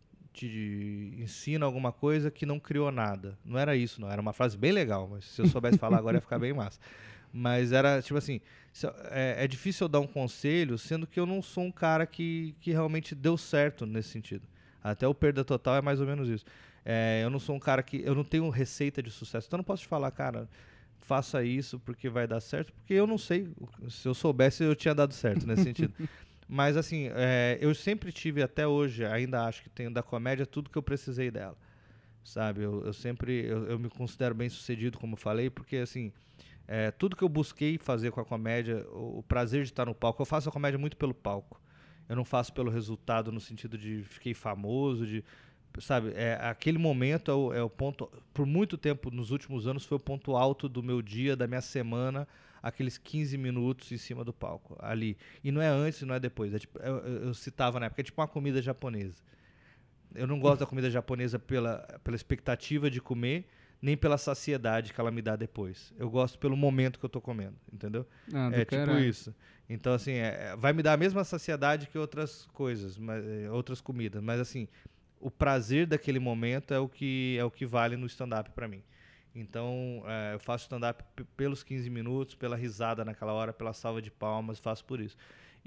te ensina alguma coisa que não criou nada. Não era isso, não. Era uma frase bem legal, mas se eu soubesse falar agora ia ficar bem massa. Mas era tipo assim, é, é difícil eu dar um conselho, sendo que eu não sou um cara que, que realmente deu certo nesse sentido. Até o Perda Total é mais ou menos isso. É, eu não sou um cara que, eu não tenho receita de sucesso. Então eu não posso te falar, cara, faça isso porque vai dar certo, porque eu não sei. Se eu soubesse, eu tinha dado certo nesse sentido. Mas assim, é, eu sempre tive, até hoje, ainda acho que tenho da comédia tudo que eu precisei dela. Sabe? Eu, eu sempre, eu, eu me considero bem sucedido, como eu falei, porque assim... É, tudo que eu busquei fazer com a comédia, o, o prazer de estar no palco, eu faço a comédia muito pelo palco. Eu não faço pelo resultado no sentido de fiquei famoso, de, sabe, é, aquele momento é o, é o ponto, por muito tempo nos últimos anos foi o ponto alto do meu dia, da minha semana, aqueles quinze minutos em cima do palco, ali. E não é antes, não é depois. É tipo, eu, eu, eu citava na época, é tipo uma comida japonesa. Eu não gosto da comida japonesa pela, pela expectativa de comer, nem pela saciedade que ela me dá depois. Eu gosto pelo momento que eu tô comendo, entendeu? Ah, do É tipo caralho. isso. Então, assim, é, vai me dar a mesma saciedade que outras coisas, mas, é, outras comidas. Mas, assim, o prazer daquele momento é o que, é o que vale no stand-up pra mim. Então, é, eu faço stand-up p- pelos quinze minutos, pela risada naquela hora, pela salva de palmas, faço por isso.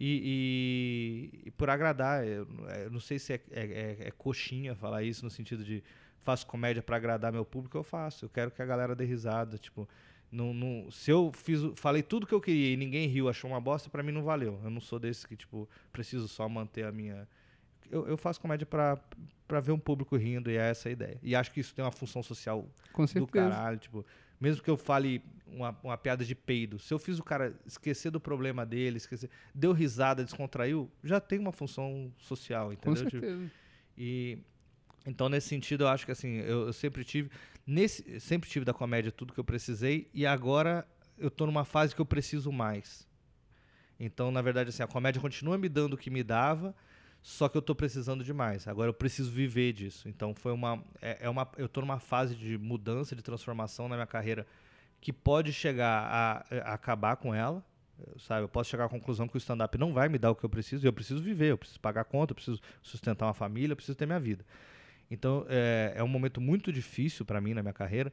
E, e- e por agradar, eu, eu não sei se é, é- é- é coxinha falar isso no sentido de faço comédia pra agradar meu público, eu faço. Eu quero que a galera dê risada, tipo, não, não, se eu fiz, o- falei tudo que eu queria e ninguém riu, achou uma bosta, pra mim não valeu. Eu não sou desse que, tipo, preciso só manter a minha... Eu, eu faço comédia pra, pra ver um público rindo e é essa a ideia. E acho que isso tem uma função social Com do certeza. caralho, tipo, mesmo que eu fale uma, uma piada de peido, se eu fiz o cara esquecer do problema dele, esquecer, deu risada, descontraiu, já tem uma função social, Com entendeu? Tipo, certeza. e então nesse sentido eu acho que assim, eu, eu sempre tive nesse sempre tive da comédia tudo que eu precisei e agora eu tô numa fase que eu preciso mais. Então, na verdade, assim, a comédia continua me dando o que me dava, só que eu tô precisando de mais. Agora eu preciso viver disso. Então foi uma é, é uma eu tô numa fase de mudança, de transformação na minha carreira que pode chegar a, a acabar com ela, sabe? Eu posso chegar à conclusão que o stand-up não vai me dar o que eu preciso, e eu preciso viver, eu preciso pagar conta, eu preciso sustentar uma família, eu preciso ter minha vida. Então é, é um momento muito difícil para mim na minha carreira.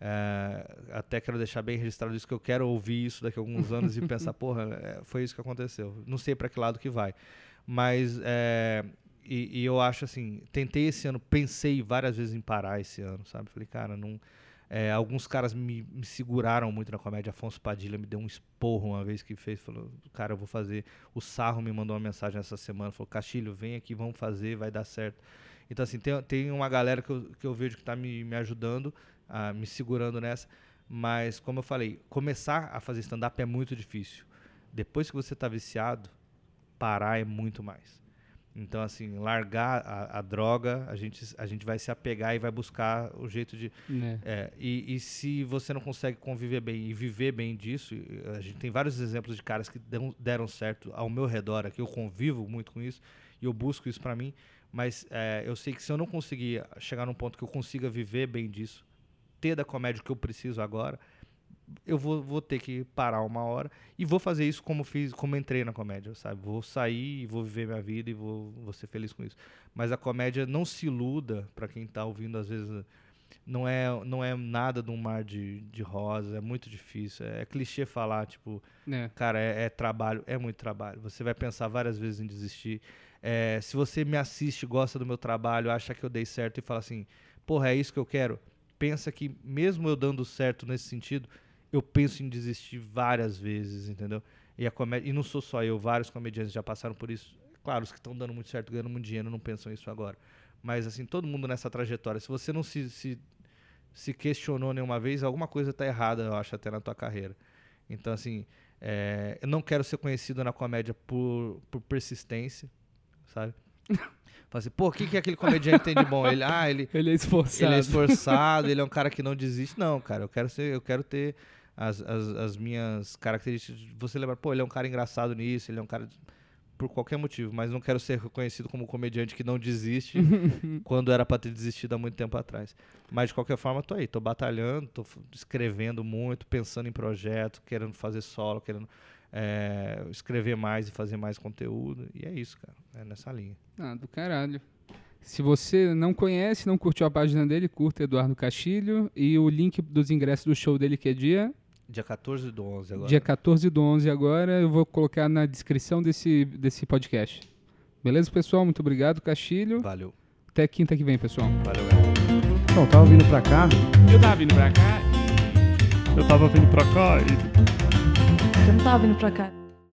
É, até quero deixar bem registrado isso, que eu quero ouvir isso daqui a alguns anos e pensar, porra, é, foi isso que aconteceu. Não sei para que lado que vai. Mas, é, e, e eu acho assim, tentei esse ano, pensei várias vezes em parar esse ano, sabe? Falei, cara, não... É, alguns caras me, me seguraram muito na comédia. Afonso Padilha me deu um esporro uma vez que fez, falou, cara, eu vou fazer. O Sarro me mandou uma mensagem essa semana, falou, Castilho, vem aqui, vamos fazer, vai dar certo. Então, assim, tem, tem uma galera que eu, que eu vejo que está me, me ajudando, ah, me segurando nessa. Mas, como eu falei, começar a fazer stand-up é muito difícil. Depois que você está viciado, parar é muito mais. Então, assim, largar a, a droga, a gente, a gente vai se apegar e vai buscar o jeito de... É. É, e, e se você não consegue conviver bem e viver bem disso, e a gente tem vários exemplos de caras que deram, deram certo ao meu redor aqui, eu convivo muito com isso e eu busco isso pra mim, mas é, eu sei que se eu não conseguir chegar num ponto que eu consiga viver bem disso, ter da comédia o que eu preciso agora, eu vou, vou ter que parar uma hora e vou fazer isso como fiz, como entrei na comédia, sabe? Vou sair e vou viver minha vida e vou, vou ser feliz com isso. Mas a comédia, não se iluda, pra quem tá ouvindo, às vezes, não é, não é nada de um mar de, de rosas, é muito difícil. É, é clichê falar, tipo, É. cara, é, é trabalho, é muito trabalho. Você vai pensar várias vezes em desistir. É, se você me assiste, gosta do meu trabalho, acha que eu dei certo e fala assim, porra, é isso que eu quero, pensa que mesmo eu dando certo nesse sentido, eu penso em desistir várias vezes, entendeu? E, a comédia, e não sou só eu, vários comediantes já passaram por isso. Claro, os que estão dando muito certo, ganhando muito dinheiro, não pensam isso agora. Mas, assim, todo mundo nessa trajetória, se você não se, se, se questionou nenhuma vez, alguma coisa está errada, eu acho, até na tua carreira. Então, assim, é, eu não quero ser conhecido na comédia por, por persistência, sabe? Fala assim, pô, o que, que aquele comediante tem de bom? Ele, ah, ele, ele é esforçado. Ele é esforçado, ele é um cara que não desiste. Não, cara, eu quero, ser, eu quero ter as, as, as minhas características. Você lembra, pô, ele é um cara engraçado nisso, ele é um cara... por qualquer motivo, mas não quero ser reconhecido como um comediante que não desiste quando era pra ter desistido há muito tempo atrás. Mas, de qualquer forma, tô aí, tô batalhando, tô escrevendo muito, pensando em projeto, querendo fazer solo, querendo é, escrever mais e fazer mais conteúdo. E é isso, cara, é nessa linha. Ah, do caralho. Se você não conhece, não curtiu a página dele, curta Eduardo Castilho. E o link dos ingressos do show dele, que é dia... Dia quatorze do onze agora. Dia quatorze do onze agora, eu vou colocar na descrição desse, desse podcast. Beleza, pessoal? Muito obrigado, Castilho. Valeu. Até quinta que vem, pessoal. Valeu, galera. Então, tava vindo pra cá. Eu tava vindo pra cá. Eu tava vindo pra cá e... Eu não tava vindo pra cá.